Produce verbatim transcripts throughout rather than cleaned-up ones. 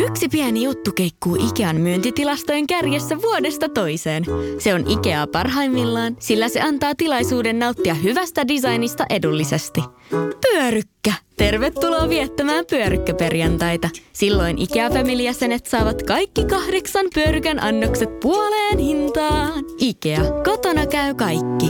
Yksi pieni juttu keikkuu Ikean myyntitilastojen kärjessä vuodesta toiseen. Se on Ikea parhaimmillaan, sillä se antaa tilaisuuden nauttia hyvästä designista edullisesti. Pyörykkä! Tervetuloa viettämään pyörykkäperjantaita. Silloin Ikea-familijäsenet saavat kaikki kahdeksan pyörykän annokset puoleen hintaan. Ikea, kotona käy kaikki.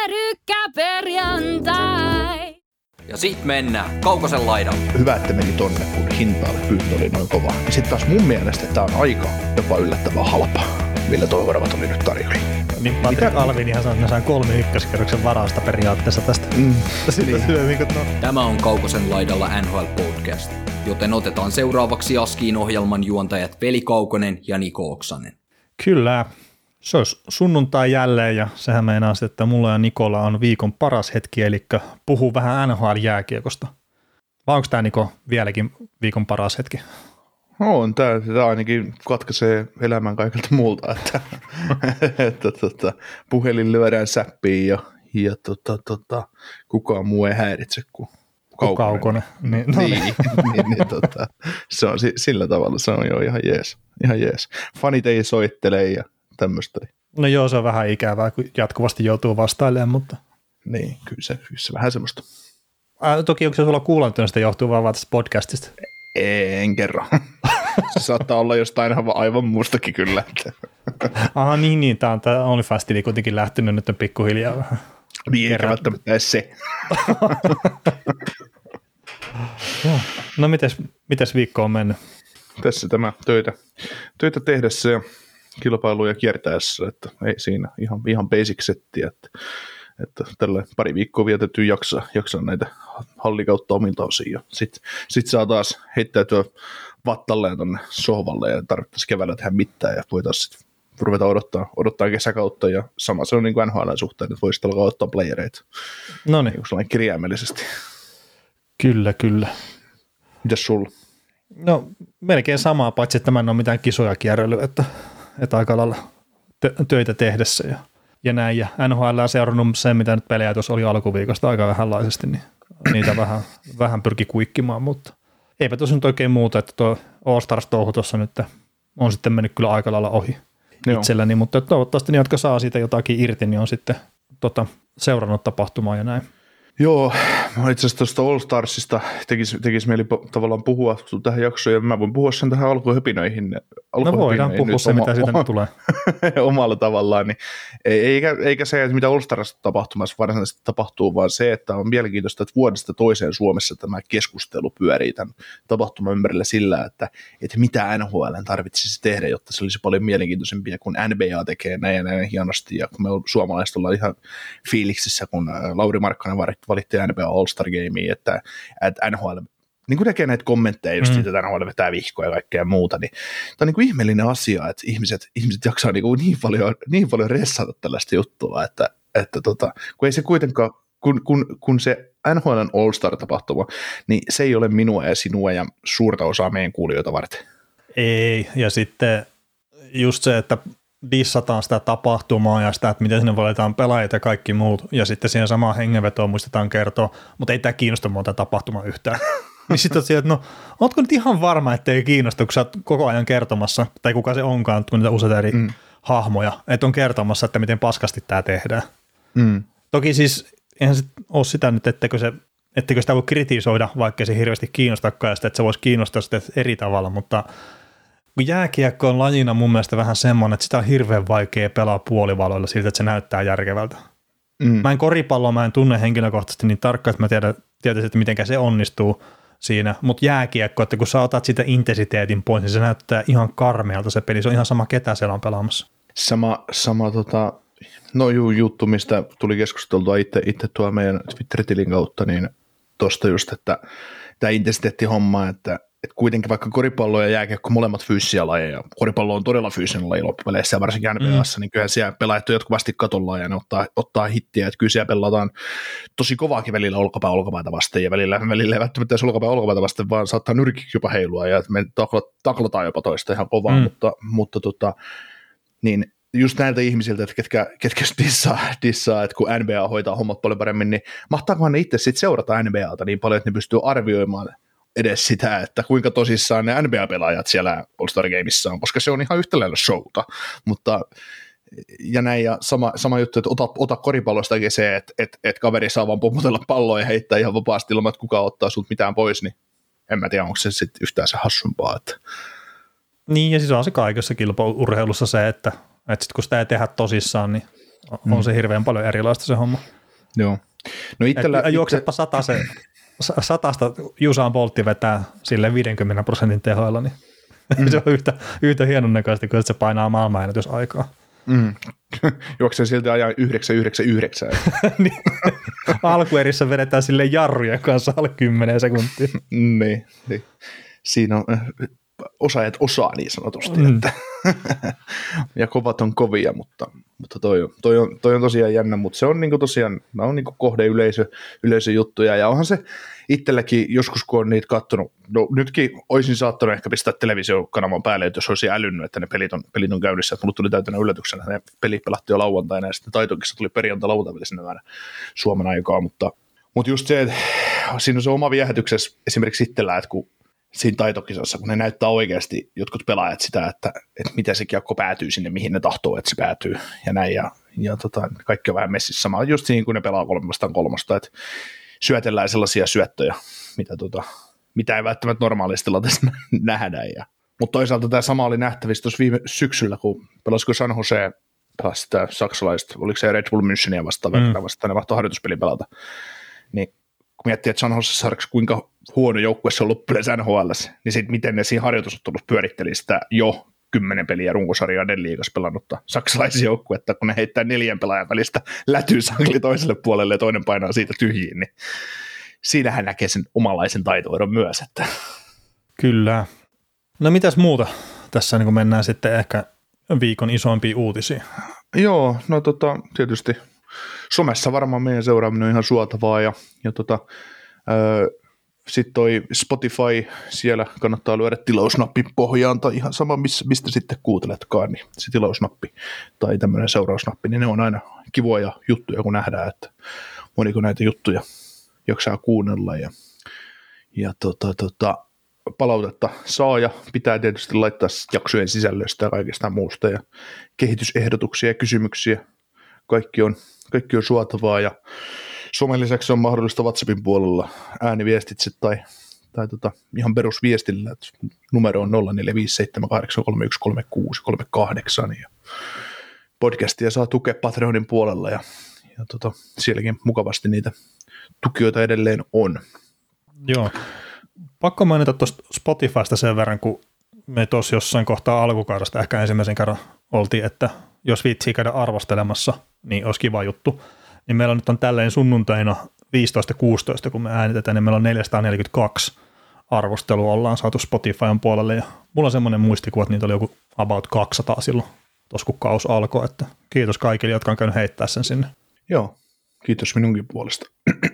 Pyörykkäperjantai! Ja sit mennään Kaukosen laidalle. Hyvä, että meni tonne, kun hinta pyyntö oli noin kova. Ja sit taas mun mielestä tää on aika jopa yllättävän halpa, millä toi oravat oli nyt tarjolla. Niin Patrik Alvinihan sanoi, että ne saa kolme ykköskerroksen varausta periaatteessa tästä. Mm. Sitten niin. Niin, no. Tämä on Kaukosen laidalla N H L Podcast, joten otetaan seuraavaksi Askiin ohjelman juontajat Veli Kaukonen ja Niko Oksanen. Kyllä, se olisi sunnuntai jälleen ja sehän meinaa sitten, että mulla ja Nikolla on viikon paras hetki, eli puhuu vähän N H L-jääkiekosta. Vai onko tämä Niko vieläkin viikon paras hetki? No on, tämä, tämä ainakin katkaisee elämän kaikilta muulta, että, että tota, puhelin lyödään säppiin ja, ja tota, tota, kukaan muu ei häiritse kuin Kaukonen. Kaukonen. Niin, no niin, niin, niin, niin tota, se on sillä tavalla, se on jo ihan jees, ihan jees. Fanit ei soittele ja tämmöistä. No joo, se on vähän ikävää, kun jatkuvasti joutuu vastailemaan, mutta... Niin, kyllä se, kyllä se vähän semmoista. Ää, toki onko se sulla kuulantunut, sitä johtuu vaan tästä podcastista? En kerro. Se saattaa olla jostain aivan muustakin kyllä. Aha, niin, niin. Tämä on tämä OnlyFans-tili kuitenkin lähtenyt nyt pikkuhiljaa vähän. Niin, eikä välttämättä edes se. No, mites, mites viikko on mennyt? Tässä tämä töitä, töitä tehdessä ja kilpailuja kiertäessä, että ei siinä ihan, ihan basic settiä, että, että tällä pari viikkoa vietetty jaksaa, jaksaa näitä hallikautta omilta osin ja sitten sit saa taas heittäytyä vattalleen tuonne sohvalle ja tarvittaisiin keväällä tehdä mitään ja voitaisiin sitten ruveta odottaa, odottaa kesäkautta ja sama se on niin kuin N H L:n suhteen, että voisi alkaa ottaa playereita. No niin. Sellainen kirjaimellisesti. Kyllä, kyllä. Mitäs sulla? No melkein samaa, paitsi että mä en ole mitään kisoja kierrellyt, että, että aika lailla tö- töitä tehdessä ja, ja näin. Ja N H L on seurannut sen, mitä nyt pelejä tuossa oli alkuviikosta aika vähänlaisesti, niin niitä vähän, vähän pyrki kuikkimaan, mutta eipä tuossa nyt oikein muuta, että tuo All-Stars-touhu tuossa nyt on sitten mennyt kyllä aika lailla ohi Joo. itselläni, mutta toivottavasti ne, jotka saa siitä jotakin irti, niin on sitten tota, seurannut tapahtumaa ja näin. Joo, itse asiassa tuosta All Starsista tekisi, tekisi mieli tavallaan puhua tähän jaksoon, ja mä voin puhua sen tähän alkuhöpinöihin. No voidaan puhua se, oma, mitä siitä oma, tulee. Omalla tavallaan, niin eikä, eikä se, että mitä All Starsista tapahtumassa varsinaisesti tapahtuu, vaan se, että on mielenkiintoista, että vuodesta toiseen Suomessa tämä keskustelu pyörii tämän tapahtuman ympärillä sillä, että, että mitä N H L tarvitsisi tehdä, jotta se olisi paljon mielenkiintoisempia, kun N B A tekee näin ja näin hienosti, ja kun me suomalaiset ollaan ihan fiiliksissä, kun Lauri Markkanen valitti N B A All-Star Gameen, että, että N H L niin kuin tekee näitä kommentteja just mm. siitä, että N H L vetää vihkoja ja kaikkea muuta, niin tämä on niin kuin ihmeellinen asia, että ihmiset, ihmiset jaksaa niin, kuin niin, paljon, niin paljon ressata tällaista juttua, että, että tota, kun ei se kuitenkaan, kun, kun, kun se N H L:n All-Star-tapahtuma, niin se ei ole minua ja sinua ja suurta osaa meidän kuulijoita varten. Ei, ja sitten just se, että dissataan sitä tapahtumaa ja sitä, että miten sinne valitaan pelaajat ja kaikki muut, ja sitten siihen samaan hengenvetoon muistetaan kertoa, mutta ei tämä kiinnosta muuta tapahtuma yhtään. Niin sitten on että no, ootko nyt ihan varma, ettei kiinnosta, kun sä oot koko ajan kertomassa, tai kuka se onkaan, kun niitä useita eri mm. hahmoja, että on kertomassa, että miten paskasti tämä tehdään. Mm. Toki siis eihän se ole sitä nyt, ettekö, se, ettekö sitä voi kritisoida, vaikka se hirveästi kiinnostakaan, ja sitä, että se voisi kiinnostaa sitä eri tavalla, mutta kun jääkiekko on lajina mun mielestä vähän semmoinen, että sitä on hirveän vaikea pelaa puolivaloilla siltä, että se näyttää järkevältä. Mm. Mä en koripalloa, mä en tunne henkilökohtaisesti niin tarkkaan, että mä tiedän, tietäisin, että miten se onnistuu siinä, mutta jääkiekko, että kun sä otat sitä intensiteetin pois, niin se näyttää ihan karmealta se peli, se on ihan sama ketä siellä on pelaamassa. Sama, sama tota, no juu, juttu, mistä tuli keskusteltua itse, itse tuolla meidän Twitter-tilin kautta, niin tosta just, että tämä intensiteettihomma, että että kuitenkin vaikka koripallo ja jääkiekko molemmat fyysisiä lajeja, koripallo on todella fyysinen laji loppupeleissä ja varsinkin N B A:ssa, mm. niin kyllähän siellä pelaajat on jatkuvasti katolla ja ne ottaa, ottaa hittiä, että kyllä siellä pelataan tosi kovaakin välillä olkapää olkapäitä vasten ja välillä, välillä ei välttämättä edes olkapää olkapäitä vasten, vaan saattaa nyrkiksi jopa heilua ja me taklataan jopa toista ihan kovaa, mm. mutta, mutta tota, niin just näiltä ihmisiltä, että ketkä, ketkä dissaa, dissaa, että kun N B A hoitaa hommat paljon paremmin, niin mahtaakohan ne itse sitten seurata N B A:ta niin paljon, että ne pystyy arvioimaan edes sitä, että kuinka tosissaan ne N B A-pelaajat siellä All-Star Gameissa on, koska se on ihan yhtä lailla showta, mutta ja näin, ja sama, sama juttu, että ota, ota koripallostakin se, että et, et kaveri saa vaan pomputella palloa ja heittää ihan vapaasti ilman, että kukaan ottaa sut mitään pois, niin en mä tiedä, onko se sitten yhtään se hassumpaa. Että. Niin, ja siis on se kaikessa kilpaurheilussa se, että, että sit kun sitä ei tehdä tosissaan, niin on mm. se hirveän paljon erilaista se homma. Joo. No itellä, et, juoksepa satase, satasta Usain Boltti vetää sille viidenkymmenen prosentin tehoilla, niin mm. se on yhtä, yhtä hienon näköistä kuin että se painaa maailmanennätysaikaa. Mm. Juoksee silti ajan yhdeksän yhdeksän yhdeksän. Niin. Alkuerissä vedetään sille jarrujen kanssa alle kymmenen sekuntia. niin, niin. Siinä on osaajat osaa niin sanotusti. Mm. Että ja kovat on kovia, mutta, mutta toi, toi, on, toi on tosiaan jännä, mutta se on niinku tosiaan, nämä on niinku kohdeyleisö, yleisöjuttuja, ja onhan se itselläkin joskus, kun on niitä kattonut, no nytkin olisin saattanut ehkä pistää televisiokanavan päälle, että jos olisi älynnyt, että ne pelit on, pelit on käynnissä, että mulle tuli täytänä yllätyksenä, että ne pelit pelattiin jo lauantaina, ja sitten taitokissa tuli perjantai-lauantaina sinne vähän Suomen aikaa, mutta, mutta just se, että siinä on se oma viehätyksessä esimerkiksi itsellä, että kun siinä taitokisassa, kun ne näyttää oikeasti jotkut pelaajat sitä, että, että miten se kiekko päätyy sinne, mihin ne tahtoo, että se päätyy, ja näin, ja, ja tota, kaikki on vähän messissä samaa, just siinä, kun ne pelaa kolmestaan kolmosta, että syötellään sellaisia syöttöjä, mitä, tota, mitä ei välttämättä normaalisti tilanteessa nähdä, ja, mutta toisaalta tämä sama oli nähtävissä tuossa viime syksyllä, kun pelasiko San Jose, pelasi sitä saksalaista, oliko se Red Bull Müncheniä vastaan, mm. vastaan, ne mahtoi harjoituspelin pelata, niin kun miettii, että San Jose kuinka huono joukkue se on loppujen N H L:ssä, niin sitten miten ne siinä harjoitusottelussa pyöritteli sitä jo kymmenen peliä runkosarjaa D-liigassa pelannutta saksalaisia joukkuetta, kun ne heittää neljän pelaajan välistä lätysangli toiselle puolelle ja toinen painaa siitä tyhjiin, niin siinähän näkee sen omanlaisen taitoeron myös. Että. Kyllä. No mitäs muuta tässä, niin kun mennään sitten ehkä viikon isoimpiin uutisiin? Joo, no tota, tietysti somessa varmaan meidän seuraaminen on ihan suotavaa, ja, ja tota, öö, sitten toi Spotify, siellä kannattaa lyödä tilausnappi pohjaan, tai ihan sama, missä, mistä sitten kuunteletkaan, niin se tilausnappi tai tämmöinen seurausnappi, niin ne on aina kivoja juttuja, kun nähdään, että moniko näitä juttuja jaksaa kuunnella, ja, ja tota, tota, palautetta saa, ja pitää tietysti laittaa jaksojen sisällöstä ja kaikesta muusta, ja kehitysehdotuksia ja kysymyksiä, kaikki on, kaikki on suotavaa, ja somen lisäksi on mahdollista WhatsAppin puolella ääniviestitse tai, tai tota, ihan perusviestillä, että numero on nolla neljä viisi seitsemän kahdeksan kolme yksi kolme kuusi kolme kahdeksan, ja podcastia saa tukea Patreonin puolella, ja, ja tota, sielläkin mukavasti niitä tukijoita edelleen on. Joo, pakko mainita tuosta Spotifysta sen verran, kun me tuossa jossain kohtaa alkukaudesta ehkä ensimmäisen kerran oltiin, että jos viitsii käydä arvostelemassa, niin olisi kiva juttu. Niin meillä nyt on tälleen sunnuntaina viisitoista kuusitoista, kun me äänitetään, niin meillä on neljäsataaneljäkymmentäkaksi arvostelua ollaan saatu Spotifyn puolelle, ja mulla on semmoinen muistikuva, että niitä oli joku about kaksisataa silloin, tuossa kun kaus alkoi, että kiitos kaikille, jotka on käynyt heittää sen sinne. Joo, kiitos minunkin puolesta.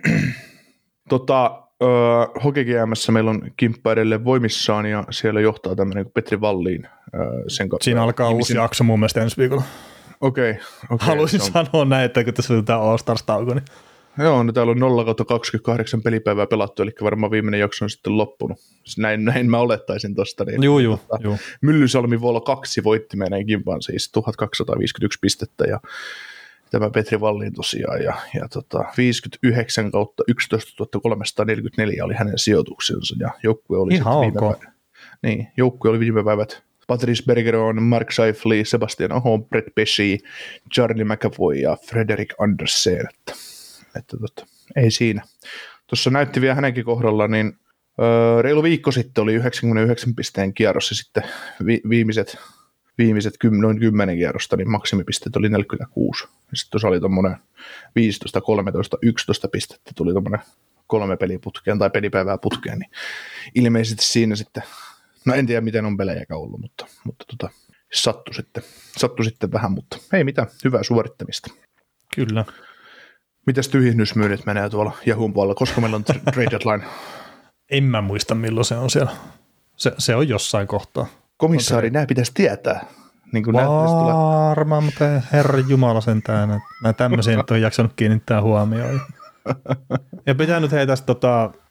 tota, Uh, Hockey G M:ssä meillä on kimppa edelleen voimissaan, ja siellä johtaa tämmöinen kuin Petri Wallin. Uh, sen Siinä alkaa ihmisen... uusi jakso mun mielestä ensi viikolla. Okei. Okay, okay, Haluaisin on... sanoa näin, että kun tässä on tämä All-Stars-tauko. Niin... Joo, no täällä on nolla kaksikymmentäkahdeksan pelipäivää pelattu, eli varmaan viimeinen jakso on sitten loppunut. Näin, näin mä olettaisin tuosta. Niin, juu, juu, juu. Myllysalmi Vuola kaksi voitti meidän kimpan, siis tuhatkaksisataaviisikymmentäyksi pistettä, ja tämä Petri Wallin tosiaan, ja, ja tota, viisikymmentäyhdeksän kautta yksitoistatuhatta kolmesataaneljäkymmentäneljä oli hänen sijoituksensa, ja joukkue oli ihan viime päivät. Niin, joukkue oli viime päivät Patrice Bergeron, Mark Scheifele, Sebastian Aho, Brett Pesci, Charlie McAvoy ja Fredrik Andersen, että, että tota, ei siinä. Tuossa näytti vielä hänenkin kohdalla, niin öö, reilu viikko sitten oli yhdeksänkymmentäyhdeksän pisteen kierros, ja sitten vi- viimeiset viimeiset noin kymmenen kierrosta, niin maksimipisteet oli neljäkymmentäkuusi. Ja sitten tuossa oli tuommoinen viisitoista, kolmetoista, yksitoista pistettä, tuli tuommoinen kolme peliputkeen tai pelipäivää putkeen, niin ilmeisesti siinä sitten, no en tiedä miten on pelejäkään ollut, mutta, mutta tota, sattui, sitten, sattui sitten vähän, mutta ei mitään, hyvää suorittamista. Kyllä. Mitäs tyhjennysmyynnit menee tuolla Yahoo'n puolella, koska meillä on trade deadline? En mä muista milloin se on siellä. Se, se on jossain kohtaa. Komissaari, okay. Nämä pitäisi tietää. Niin kuin varmaan, mutta herra jumala sentään. Nämä tämmöisiä nyt on jaksanut kiinnittää huomioon. Ja pitää nyt hei tästä tota,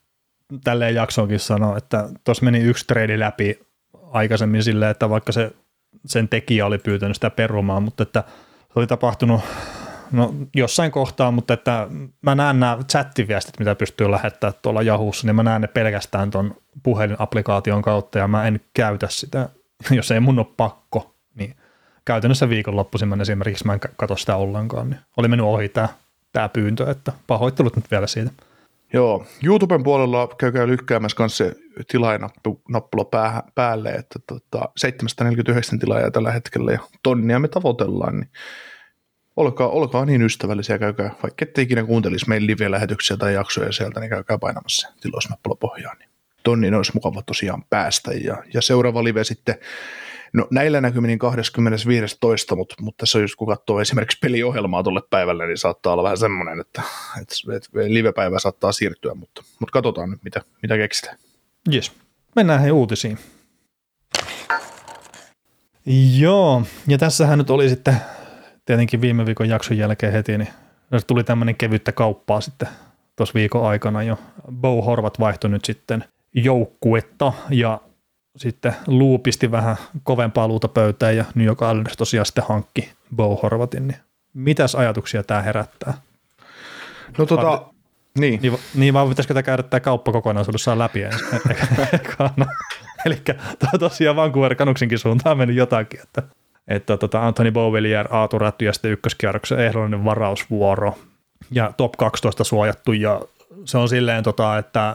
tälleen jaksoonkin sanoa, että tuossa meni yksi trade läpi aikaisemmin silleen, että vaikka se, sen tekijä oli pyytänyt sitä perumaan, mutta että se oli tapahtunut no, jossain kohtaa, mutta että mä näen nämä chattiviestit, mitä pystyy lähettämään tuolla Yahoossa, niin mä näen ne pelkästään tuon puhelinapplikaation kautta ja mä en käytä sitä, jos ei mun ole pakko, niin käytännössä viikonloppuisin mä esimerkiksi mä en katso sitä ollenkaan, niin oli mennyt ohi tämä, tämä pyyntö, että pahoittelut nyt vielä siitä. Joo, YouTuben puolella käykää lykkäämässä kanssa se tilaajanappula pää, päälle, että tota, seitsemänsataaneljäkymmentäyhdeksän tilaajaa tällä hetkellä ja tonnia me tavoitellaan, niin olkaa, olkaa niin ystävällisiä, käykää, vaikka ette ikinä kuuntelisi meidän live-lähetyksiä tai jaksoja sieltä, niin käykää painamassa tilausnappula pohjaan, niin tonniin olisi mukava tosiaan päästä, ja, ja seuraava live sitten, no näillä näkymin kahdeskymmenes toinen mutta, mutta tässä on just kun katsoo esimerkiksi peliohjelmaa tuolle päivälle, niin saattaa olla vähän semmoinen, että, että, että live-päivä saattaa siirtyä, mutta, mutta katsotaan nyt, mitä, mitä keksitään. Jes, mennään hei uutisiin. Joo, ja tässähän nyt oli sitten tietenkin viime viikon jakson jälkeen heti, niin tuli tämmöinen kevyttä kauppaa sitten tuossa viikon aikana jo. Bo Horvat vaihtoi nyt sitten joukkuetta ja sitten Lou pisti vähän kovempaa luuta pöytään ja New York Islanders tosiaan sitten hankki Bo Horvatin. Niin mitäs ajatuksia tämä herättää? No tota, Va- niin. Niin, niin vaan pitäisikö tämä käydä tämä kauppa kokonaisuudessaan läpi ensin? no, eli to, tosiaan Vancouver Canucksinkin suuntaan meni jotakin, että, että tota Anthony Beauvillier, Aatu Räty ja sitten ykköskierroksen ehdollinen varausvuoro ja top kaksitoista suojattu ja se on silleen, tota, että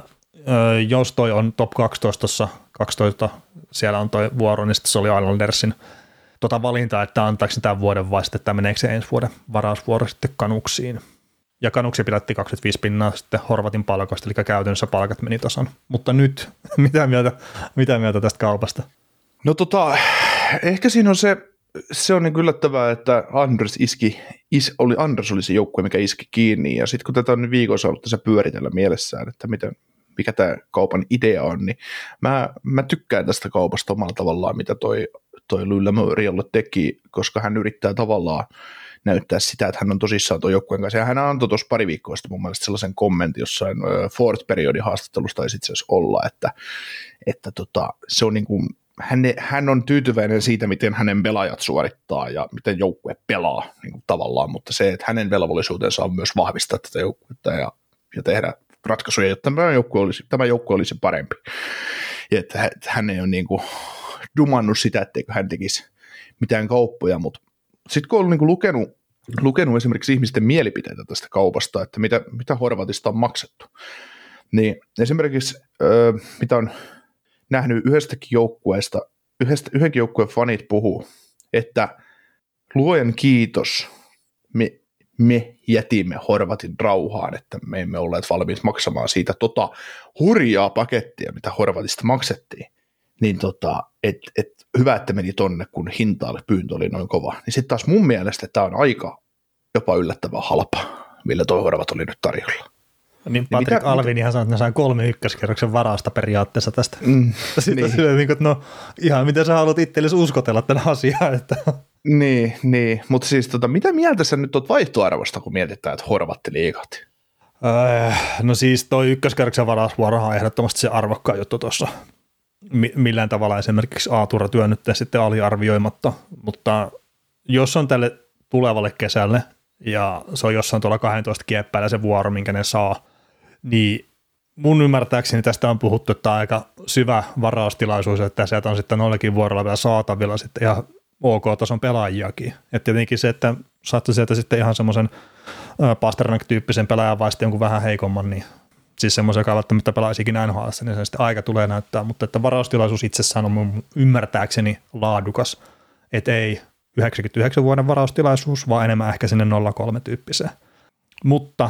jos toi on top kaksitoista, kaksitoista siellä on toi vuoro, niin sitten se oli Islandersin tota valinta, että antaako se tämän vuoden vai sitten, että meneekö se ensi vuoden varausvuoro sitten Canucksiin. Ja Canucksi pidätti kaksikymmentäviisi pinnaa sitten Horvatin palkoista, eli käytännössä palkat meni tasan. Mutta nyt, mitä mieltä, mitä mieltä tästä kaupasta? No tota, ehkä siinä on se, se on niin yllättävää, että Anders iski, is, oli, Anders oli se joukkue, mikä iski kiinni, ja sitten kun tätä on nyt viikossa ollut tässä pyöritellä mielessään, että miten, mikä tämä kaupan idea on, niin mä, mä tykkään tästä kaupasta omalla tavallaan, mitä toi, toi Louis Lamoriello teki, koska hän yrittää tavallaan näyttää sitä, että hän on tosissaan tuon joukkueen kanssa. Ja hän antoi tuossa pari viikkoa sitten mun mielestä sellaisen kommentin jossain Ford-periodin haastattelusta taisi itse asiassa olla, että, että tota, se on niin kuin, hän, hän on tyytyväinen siitä, miten hänen pelaajat suorittaa ja miten joukkue pelaa niin kuin tavallaan, mutta se, että hänen velvollisuutensa on myös vahvistaa tätä joukkuetta ja, ja tehdä ratkaisuja, jotta tämä joukkue olisi, tämä joukkue olisi parempi. Ja että hän ei ole niin kuin dumannut sitä, etteikö hän tekisi mitään kauppoja, mutta sitten kun olen niin kuin lukenut, lukenut esimerkiksi ihmisten mielipiteitä tästä kaupasta, että mitä, mitä Horvatista on maksettu, niin esimerkiksi öö, mitä on nähnyt yhdestäkin joukkueesta, yhdestä, yhdenkin joukkueen fanit puhuu, että luojan kiitos, me, me jätimme Horvatin rauhaan, että me emme olleet valmiit maksamaan siitä tota hurjaa pakettia, mitä Horvatista maksettiin. Niin tota, et, et, hyvä, että meni tonne, kun hinta oli, pyyntö oli noin kova. Niin sitten taas mun mielestä tämä on aika jopa yllättävän halpa, millä toi Horvat oli nyt tarjolla. Niin Patrik niin Alvin ihan sanoi, että ne sai kolme ykköskerroksen varausta periaatteessa tästä. Mm, sitten niin. Silleen, että no ihan miten sä haluat itsellesi uskotella tämän asian. Että. Niin, niin. Mutta siis tota, mitä mieltä sä nyt oot vaihtoarvosta, kun mietitään, että Horvatti liigatti? Öö, no siis toi ykköskerroksen varausvuorohan on ehdottomasti se arvokkaan juttu tuossa. Millään tavalla esimerkiksi A-tura työ nyt sitten aliarvioimatta, mutta jos on tälle tulevalle kesälle ja se on jossain tuolla kaksitoista kieppäillä se vuoro, minkä ne saa, niin mun ymmärtääkseni tästä on puhuttu, että on aika syvä varaustilaisuus, että sieltä on sitten noillakin vuorolla vielä saatavilla sitten ihan OK-tason pelaajiakin. Että tietenkin se, että saatte sieltä sitten ihan semmoisen Pasternak-tyyppisen pelaajan vai sitten jonkun vähän heikomman, niin siis semmoisen, joka välttämättä pelaisikin N H L:ssä, niin se sitten aika tulee näyttää, mutta että varaustilaisuus itsessään on mun ymmärtääkseni laadukas, että ei yhdeksänkymmentäyhdeksän vuoden varaustilaisuus, vaan enemmän ehkä sinne nolla kolme tyyppiseen. Mutta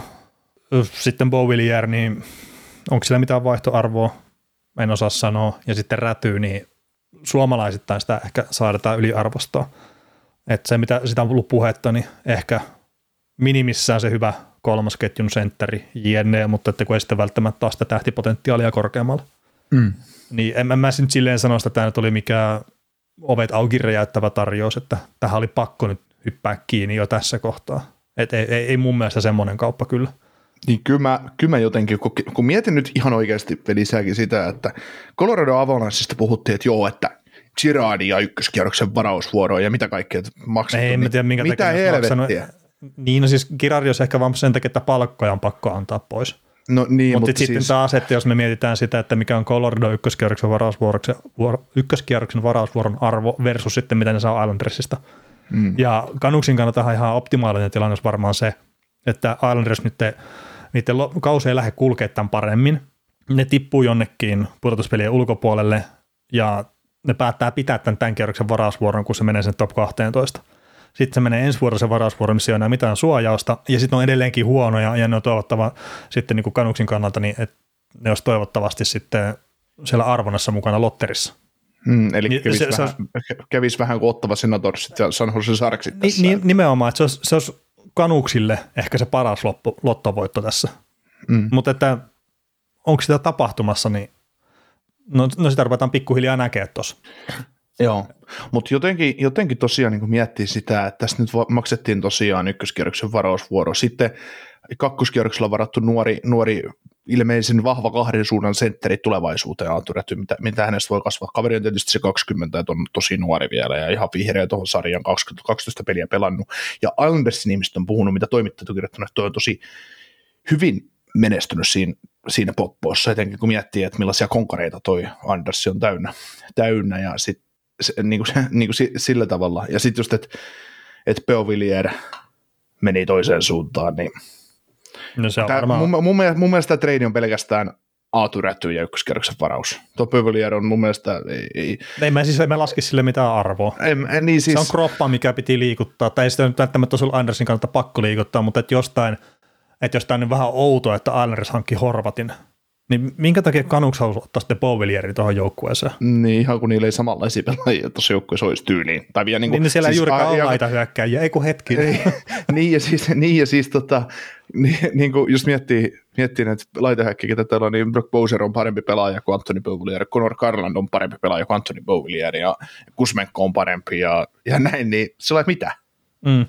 sitten Beauvillier, niin onko sillä mitään vaihtoarvoa? En osaa sanoa. Ja sitten Räty, niin suomalaisittain sitä ehkä saadaan yliarvostaa. Että se, mitä sitä on ollut puhetta, niin ehkä minimissään se hyvä kolmas ketjun sentteri, jne, mutta että kun ei sitten välttämättä taas sitä tähtipotentiaalia korkeammalla. Mm. Niin en, en mä nyt silleen sano, että tämä nyt oli mikään ovet auki räjäyttävä tarjous, että tähän oli pakko nyt hyppää kiinni jo tässä kohtaa. Et ei, ei, ei mun mielestä semmoinen kauppa kyllä. Niin kyllä mä, kyllä mä jotenkin, kun, kun mietin nyt ihan oikeasti pelisääkin sitä, että Colorado Avalanchesta puhuttiin, että joo, että Girardi ja ykköskierroksen varausvuoroa ja mitä kaikkea maksettu. Ei, en tiedä, minkä mitä takia helvettiä. Niin, no siis Girardi olisi ehkä vaan sen takia, että palkkoja on pakko antaa pois. No niin, Mut mutta sitten siis... taas, että jos me mietitään sitä, että mikä on Colorado ykköskierroksen varausvuoroksen, ykköskierroksen varausvuoron arvo versus sitten mitä ne saa Islandersista. Mm. Ja Canucksin kannalta ihan optimaalinen tilanne olisi varmaan se, että Islanders nyt niiden kausi ei lähde kulkemaan tämän paremmin. Ne tippuu jonnekin pudotuspelien ulkopuolelle ja ne päättää pitää tämän, tämän kierroksen varausvuoron, kun se menee sen top kaksitoista. Sitten se menee ensi vuorosen varausvuoro, missä ei ole enää mitään suojausta, ja sitten on edelleenkin huonoja, ja ne on toivottava sitten niin kuin Canucksin kannalta, niin että ne olisi toivottavasti sitten siellä arvonnassa mukana lotterissa. Hmm, eli niin, kävisi, se, vähän, se kävisi vähän kuin Ottava Senatorsit ja San Jose Sharksit tässä. Ni, nimenomaan, että se olisi, se olisi Canucksille ehkä se paras loppu, lottovoitto tässä. Mm. Mutta että onko sitä tapahtumassa, niin no, no sitä ruvetaan pikkuhiljaa näkemään tuossa. Joo, mutta jotenkin, jotenkin tosiaan niin miettii sitä, että tässä nyt maksettiin tosiaan ykköskierroksen varausvuoro. Sitten kakkoskierroksella varattu nuori, nuori ilmeisen vahva kahden suunnan sentteri tulevaisuuteen, Aatu Räty, mitä, mitä hänestä voi kasvaa. Kaveri on tietysti se kaksikymmentä, että on tosi nuori vielä ja ihan vihreä tuohon sarjan, kaksitoista peliä pelannut. Ja Islandersin ihmiset on puhunut, mitä toimittajat on kirjoittanut, että toi on tosi hyvin menestynyt siinä, siinä poppoissa, etenkin kun miettii, että millaisia konkareita toi Anderssi on täynnä, täynnä ja sitten Se, niin kuin, niin kuin sillä tavalla. Ja sitten just, että et Beauvillier meni toiseen suuntaan, niin no se on tää, varmaan... mun, mun, mielestä, mun mielestä tämä trade on pelkästään Aatu Räty ja ykköskierroksen varaus. Tuo Beauvillier on mun mielestä... Ei, ei, ei mä siis emme laske sille mitään arvoa. Ei, niin siis, se on kroppa, mikä piti liikuttaa. Tai ei sitä nyt välttämättä sulla Andersin kannalta pakko liikuttaa, mutta että jostain, että jostain on vähän outoa, että Islanders hankki Horvatin. Niin minkä takia Canucks halusi ottaa sitten Beauvillierin tuohon joukkueeseen? Niin ihan kun niillä ei samanlaisia pelaajia tuossa joukkueessa olisi tyyliin. Tai vielä niin, kuin, niin siellä siis, ei juurikaan ole ja, laita hyökkääjiä, ei kun hetki. Ei, niin ja siis, niin ja siis tota, niin, niin kuin jos miettii, miettii näitä laitahyökkiä, ketä täällä on, niin Brock Bowser on parempi pelaaja kuin Anthony Beauvillier, Conor Garland on parempi pelaaja kuin Anthony Beauvillier ja Kuzmenko on parempi ja, ja näin, niin se on mitä? Mm.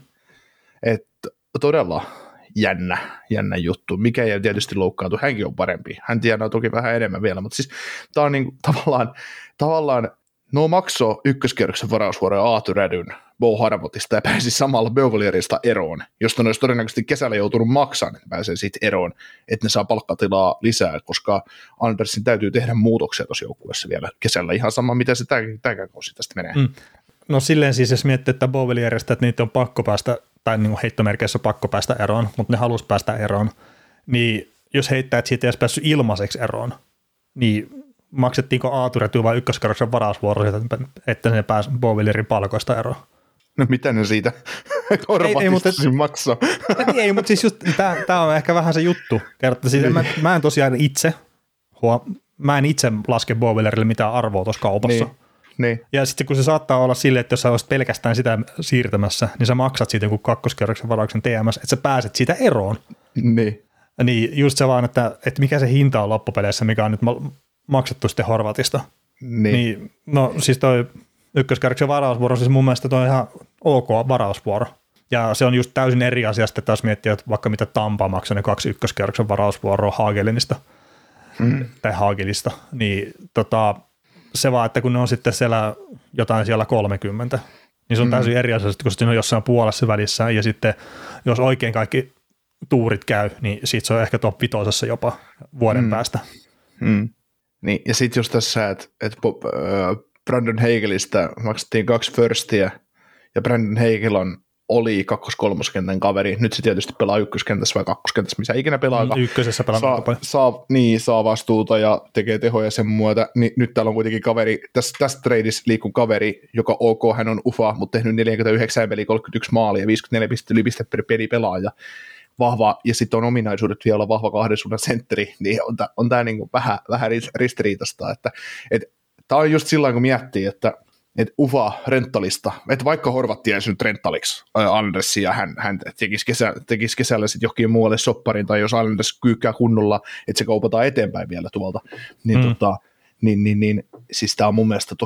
Että todella... Jännä, jännä juttu. Mikä ei tietysti loukkaantu, hänkin on parempi. Hän tiedää toki vähän enemmän vielä, mutta siis tämä on niin, tavallaan, tavallaan, no maksoi ykköskierroksen varausvuoroja Aatu Rädyn Bo Harvotista ja pääsi samalla Beauvillierista eroon, josta ne olisi todennäköisesti kesällä joutunut maksamaan, että pääsee siitä eroon, että ne saa palkkatilaa lisää, koska Andersin täytyy tehdä muutoksia tuossa joukkueessa vielä kesällä. Ihan sama, mitä se tämäkään kausi tästä menee. Mm. No silleen siis, jos miettii, että Beauvillieristä, että niitä on pakko päästä, tai niin kuin heittomerkeissä pakko päästä eroon, mutta ne halusi päästä eroon, niin jos heittää, että siitä ei olisi päässyt ilmaiseksi eroon, niin maksettiinko Aatu Räty vai ykköskerroksen varausvuoro, että ne pääsi Beauvillierin palkoista eroon? No mitä ne siitä korvatista maksaa? Ei, mutta siis just tämä on ehkä vähän se juttu. Siis mä, mä en tosiaan itse, huo, mä en itse laske Beauvillierille mitään arvoa tuossa kaupassa. Niin. Niin. Ja sitten kun se saattaa olla silleen, että jos sä olisit pelkästään sitä siirtämässä, niin sä maksat siitä jonkun kakkoskerroksen varauksen T M S, että sä pääset siitä eroon. Niin. Niin just se vaan, että, että mikä se hinta on loppupeleissä, mikä on nyt maksettu sitten Horvatista. Niin. niin no siis toi ykköskerroksen varausvuoro, siis mun mielestä toi on ihan ok varausvuoro. Ja se on just täysin eri asia sitten taas miettiä, että vaikka mitä Tampa maksaa ne kaksi ykköskerroksen varausvuoroa Hagelinista mm. tai Hagelista, niin tota... Se vaan, että kun ne on sitten siellä jotain siellä kolmekymmentä, niin se on täysin mm. eri asia, kun se on jossain puolessa välissä, ja sitten jos oikein kaikki tuurit käy, niin siitä se on ehkä top vitosessa jopa vuoden mm. päästä. Mm. Niin, ja sitten just tässä, että et, äh, Brandon Hagelista maksettiin kaksi firstia, ja Brandon Hagel on oli kakkos-kolmoskentän kaveri. Nyt se tietysti pelaa ykköskentässä vai kakkoskentässä, missä ikinä pelaa. Ykkösessä pelaa saa, saa, niin, saa vastuuta ja tekee tehoja sen muuta. Ni, nyt täällä on kuitenkin kaveri, tässä, tässä tradeissa liikkuu kaveri, joka ok, hän on ufa, mutta tehnyt neljäkymmentäyhdeksän peliä, kolmekymmentäyksi maalia ja viisikymmentäneljä pistettä yli pistettä per peli pelaaja. Vahva, ja sitten on ominaisuudet vielä olla vahva kahden suunnan sentteri, niin on, tää, on tämä niinku vähän, vähän ristiriitasta. Että, et, tämä on just sillä kun miettii, että että ufa renttalista, että vaikka Horvatti jäisi nyt renttaliksi Andersi ja hän, hän tekisi, kesä, tekisi kesällä sitten johonkin muualle sopparin, tai jos Anders kyykkää kunnolla, että se kaupataan eteenpäin vielä tuolta, niin, mm. tota, niin, niin, niin siis tämä on mun mielestä tosi,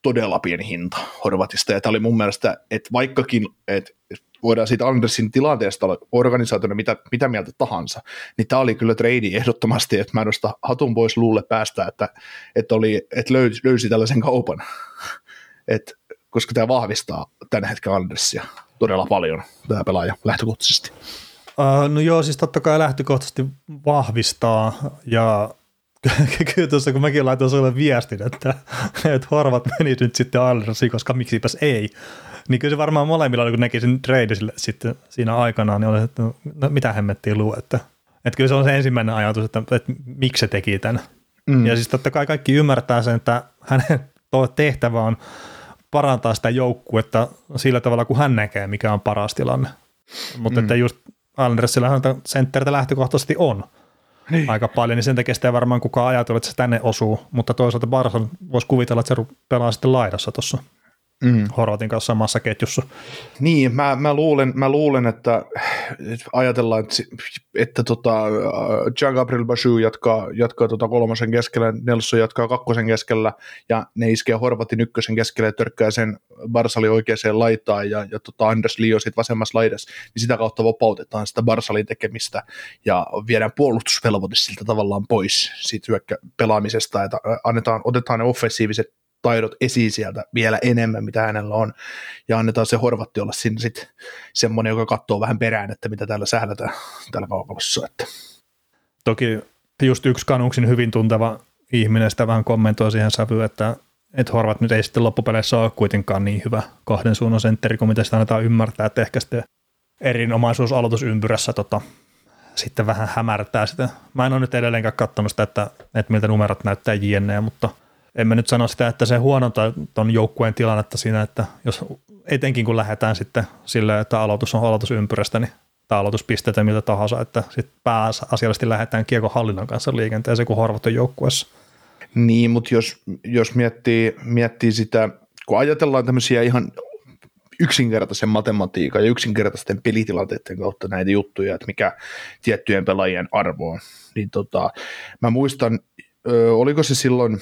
todella pieni hinta Horvatista, ja tämä oli mun mielestä, että vaikkakin, että voidaan siitä Andersin tilanteesta olla organisaationa mitä, mitä mieltä tahansa, niin tämä oli kyllä trade ehdottomasti, että mä en nosta hatun pois luulle päästä, että, että, oli, että löysi, löysi tällaisen kaupan, että, koska tämä vahvistaa tämän hetken Andersia todella paljon, tämä pelaaja lähtökohtaisesti. Uh, no joo, siis totta kai lähtökohtaisesti vahvistaa, ja kyllä tuossa kun mäkin laitoin sulle viestin, että, että Horvat meni nyt sitten Islandersiin, koska miksipäs ei, niin kyllä se varmaan molemmilla, kun näki sen trade sitten siinä aikanaan, niin oli, että no, mitä hemmettiin luo, että, että kyllä se on se ensimmäinen ajatus, että, että miksi se teki tämän. Mm. Ja siis totta kai kaikki ymmärtää sen, että hänen tehtävä on parantaa sitä joukkuetta sillä tavalla, kun hän näkee, mikä on paras tilanne. Mutta mm. että just Islandersillahan sentteritä lähtökohtaisesti on niin aika paljon, niin sen takia sitä ei varmaan kukaan ajatella, että se tänne osuu, mutta toisaalta Barca voisi kuvitella, että se pelaa sitten laidassa tuossa mm. Horvatin kanssa samassa ketjussa. Niin, mä, mä, luulen, mä luulen, että ajatellaan, että, että tota, Jean-Gabriel Bachou jatkaa, jatkaa tota kolmosen keskellä, Nelson jatkaa kakkosen keskellä, ja ne iskee Horvatin ykkösen keskellä ja törkkää sen Barsalin oikeaan laitaan, ja, ja tota Anders Lio sitten vasemmassa laidassa, niin sitä kautta vapautetaan sitä Barsalin tekemistä, ja viedään puolustusvelvoite siltä tavallaan pois siitä hyökkäpelaamisesta, että annetaan, otetaan ne offensiiviset taidot esiin sieltä vielä enemmän, mitä hänellä on, ja annetaan se Horvatti olla siinä sitten semmoinen, joka katsoo vähän perään, että mitä täällä sählätään täällä kaukalossa. Että. Toki just yksi Canucksin hyvin tunteva ihminen sitä vähän kommentoi siihen sävyyn, että, että Horvat nyt ei sitten loppupeleissä ole kuitenkaan niin hyvä kahden suunnan sentteri, kuin mitä sitä annetaan ymmärtää, että ehkä sitten erinomaisuus aloitusympyrässä tota, sitten vähän hämärtää sitä. Mä en ole nyt edelleenkään katsonut sitä, että, että miltä numerot näyttää jne, mutta en mä nyt sano sitä, että se huonontaa tuon joukkueen tilannetta siinä, että jos etenkin kun lähdetään sitten silleen, että aloitus on aloitusympyrästä, niin tai aloituspisteitä miltä tahansa, että sitten pääasiallisesti lähdetään kiekon hallinnan kanssa liikenteeseen, kun Horvat on joukkueessa. Niin, mutta jos, jos miettii, miettii sitä, kun ajatellaan tämmöisiä ihan yksinkertaisen matematiikan ja yksinkertaisten pelitilanteiden kautta näitä juttuja, että mikä tiettyjen pelaajien arvo on, niin tota, mä muistan, ö, oliko se silloin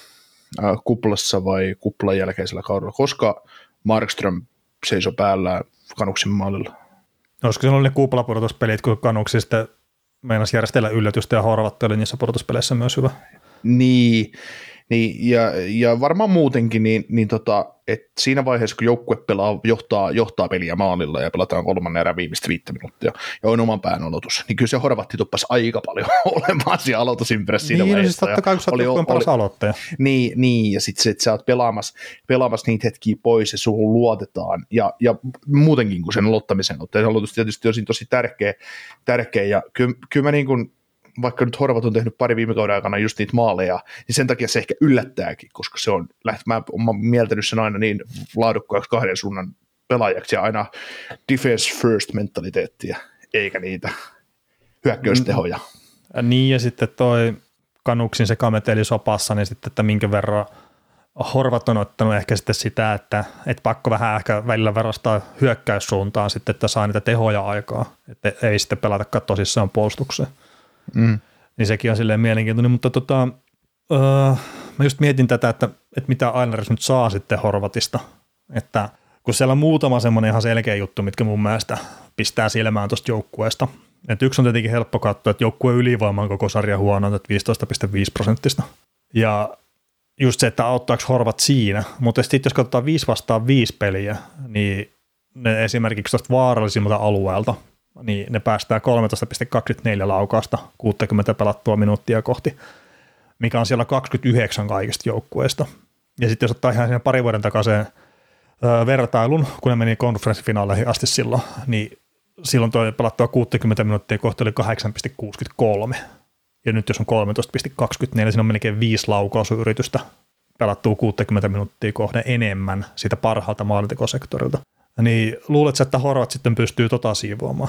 kuplassa vai kuplan jälkeisellä kaudella, koska Markström seisoi päällä Canucksin maalilla? Olisiko se ollut ne kuplapudotuspelit, kun Canucks sitten meinasi järjestellä yllätystä ja Horvatti oli niissä pudotuspeleissä myös hyvä? Niin, niin ja, ja varmaan muutenkin, niin, niin tota, että siinä vaiheessa, kun joukkue pelaa, johtaa, johtaa peliä maalilla ja pelataan kolmannen erän viimeistä viittä minuuttia ja on oman pään aloitus, niin kyllä se Horvatti tuppasi aika paljon olemaan siellä aloitusympyrässä siinä niin, vaiheessa. Niin, siis totta kai, kun sä oot joukkueen paras aloittaja. Niin, niin, ja sitten se, että sä oot pelaamassa, pelaamassa niitä hetkiä pois ja suhun luotetaan, ja, ja muutenkin kuin sen aloittamisen ottaa. Se aloitus tietysti on tosi tärkeä, tärkeä ja kyllä, kyllä mä niin kuin, vaikka nyt Horvat on tehnyt pari viime kauden aikana just niitä maaleja, niin sen takia se ehkä yllättääkin, koska se on, mä oon mieltänyt sen aina niin laadukkaaksi kahden suunnan pelaajaksi ja aina defense first mentaliteettiä, eikä niitä hyökkäystehoja. Mm, niin ja sitten toi Canucksin se kameteli sopassa, niin sitten, että minkä verran Horvat on ottanut ehkä sitten sitä, että, että pakko vähän ehkä välillä verrastaa hyökkäyssuuntaan sitten, että saa niitä tehoja aikaa, että ei sitten pelatakaan tosissaan puolustukseen. Mm. Niin sekin on silleen mielenkiintoinen, mutta tota, öö, mä just mietin tätä, että, että mitä Islanders nyt saa sitten Horvatista, että kun siellä on muutama semmoinen ihan selkeä juttu, mitkä mun mielestä pistää silmään tuosta joukkueesta. Että yksi on tietenkin helppo katsoa, että joukkueen ylivoima on koko sarja huono, että viisitoista pilkku viisi prosenttista. Ja just se, että auttaako Horvat siinä, mutta sitten jos katsotaan viisi vastaan viisi peliä, niin ne esimerkiksi tuosta vaarallisimmalta alueelta, niin ne päästään kolmetoista pilkku kaksikymmentäneljä laukausta kuusikymmentä pelattua minuuttia kohti, mikä on siellä kaksikymmentäyhdeksän kaikista joukkueista. Ja sitten jos ottaa ihan siinä pari vuoden takaisin vertailun, kun ne meni konferenssifinaaleihin asti silloin, niin silloin tuo pelattua kuusikymmentä minuuttia kohti oli kahdeksan pilkku kuusikymmentäkolme. Ja nyt jos on kolmetoista pilkku kaksikymmentäneljä, siinä on melkein viisi laukausyritystä pelattua kuusikymmentä minuuttia kohden enemmän siitä parhaalta maalintekosektorilta. Niin luuletko, että Horvat sitten pystyy tota siivoamaan?